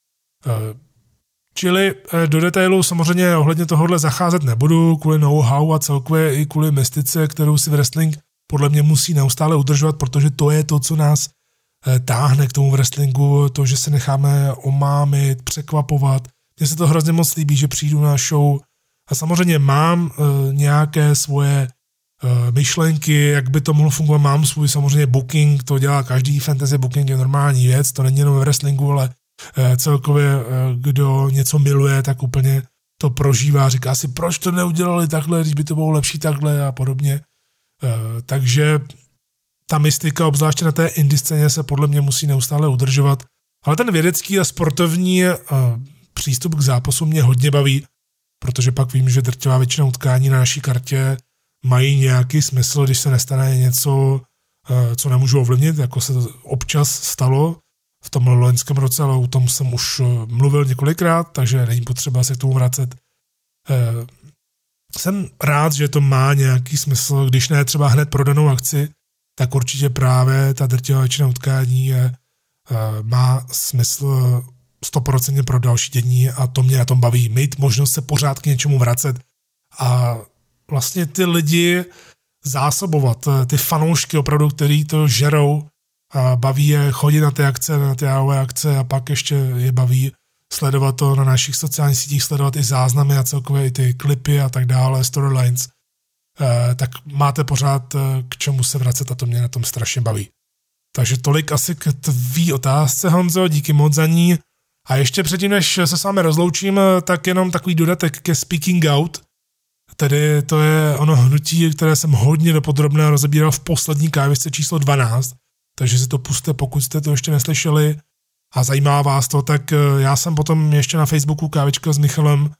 Čili do detailu samozřejmě ohledně tohohle zacházet nebudu, kvůli know-how a celkově i kvůli mystice, kterou si wrestling podle mě musí neustále udržovat, protože to je to, co nás táhne k tomu wrestlingu, to, že se necháme omámit, překvapovat. Mně se to hrozně moc líbí, že přijdu na show a samozřejmě mám e, nějaké svoje e, myšlenky, jak by to mohlo fungovat, mám svůj samozřejmě booking, to dělá každý fantasy booking, je normální věc, to není jenom ve wrestlingu, ale e, celkově e, kdo něco miluje, tak úplně to prožívá, říká si, proč to neudělali takhle, když by to bylo lepší takhle a podobně. E, takže ta mystika, obzvláště na té indie scéně, se podle mě musí neustále udržovat, ale ten vědecký a sportovní e, přístup k zápasu mě hodně baví, protože pak vím, že drtivá většina utkání na naší kartě mají nějaký smysl, když se nestane něco, co nemůžu ovlivnit, jako se to občas stalo v tom loňském roce, ale o tom jsem už mluvil několikrát, takže není potřeba se k tomu vracet. Jsem rád, že to má nějaký smysl, když ne třeba hned prodanou akci, tak určitě právě ta drtivá většina utkání je, má smysl sto procent pro další dění a to mě na tom baví. Mít možnost se pořád k něčemu vracet a vlastně ty lidi zásobovat, ty fanoušky opravdu, který to žerou a baví je chodit na ty akce, na ty A O V akce a pak ještě je baví sledovat to na našich sociálních sítích, sledovat i záznamy a celkově i ty klipy a tak dále, storylines, eh, tak máte pořád k čemu se vracet a to mě na tom strašně baví. Takže tolik asi k tvý otázce, Honzo, díky moc za ní. A ještě předtím, než se s vámi rozloučím, tak jenom takový dodatek ke Speaking Out. Tedy to je ono hnutí, které jsem hodně dopodrobně rozebíral v poslední kávisce číslo dvanáct, takže si to puste, pokud jste to ještě neslyšeli a zajímá vás to, tak já jsem potom ještě na Facebooku Kávička s Michalem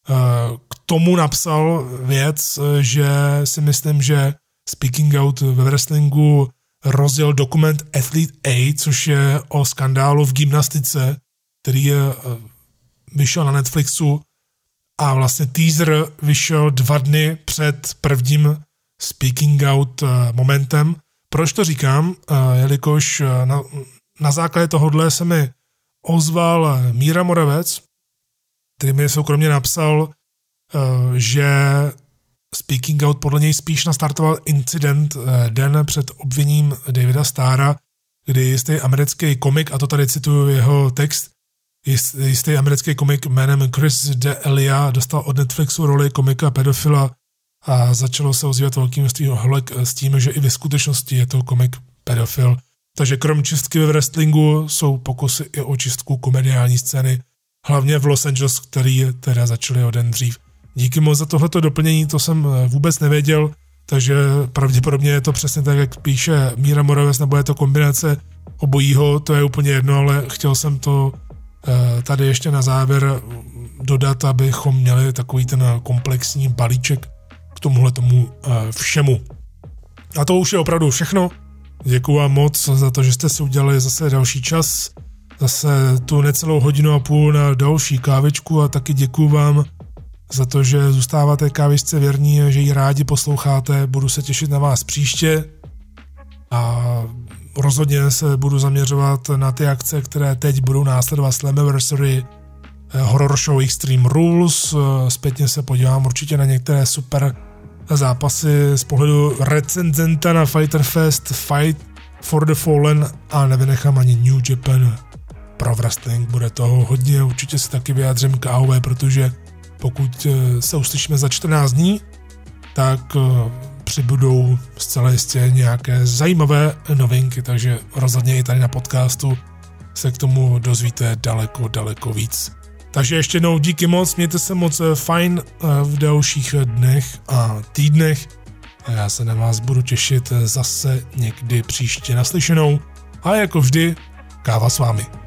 k tomu napsal věc, že si myslím, že Speaking Out ve wrestlingu rozjel dokument Athlete A, což je o skandálu v gymnastice, který je, vyšel na Netflixu a vlastně teaser vyšel dva dny před prvním Speaking Out momentem. Proč to říkám? Jelikož na, na základě tohohle se mi ozval Míra Moravec, který mi soukromně napsal, že Speaking Out podle něj spíš nastartoval incident den před obviněním Davida Starra, kdy jistý americký komik, a to tady cituju jeho text, jistý americký komik jménem Chris D'Elia dostal od Netflixu roli komika pedofila a začalo se ozývat velkým množství holek s tím, že i ve skutečnosti je to komik pedofil. Takže krom čistky ve wrestlingu jsou pokusy i o čistku komediální scény, hlavně v Los Angeles, který teda začaly o den dřív. Díky moc za tohleto doplnění, to jsem vůbec nevěděl, takže pravděpodobně je to přesně tak, jak píše Míra Moravec, nebo je to kombinace obojího, to je úplně jedno, ale chtěl jsem to tady ještě na závěr dodat, abychom měli takový ten komplexní balíček k tomuhle tomu všemu. A to už je opravdu všechno. Děkuji vám moc za to, že jste si udělali zase další čas, zase tu necelou hodinu a půl na další kávičku a taky děkuji vám za to, že zůstáváte kávičce věrní, že ji rádi posloucháte. Budu se těšit na vás příště a rozhodně se budu zaměřovat na ty akce, které teď budou následovat Slammiversary, Horror Show Extreme Rules, zpětně se podívám určitě na některé super zápasy z pohledu recenzenta na Fighter Fest, Fight for the Fallen a nevynechám ani New Japan Pro Wrestling, bude toho hodně, určitě se taky vyjádřím k A O V, protože pokud se uslyšíme za čtrnáct dní, tak přibudou zcela jistě nějaké zajímavé novinky, takže rozhodně i tady na podcastu se k tomu dozvíte daleko, daleko víc. Takže ještě jednou díky moc, mějte se moc fajn v dalších dnech a týdnech a já se na vás budu těšit zase někdy příště naslyšenou a jako vždy káva s vámi.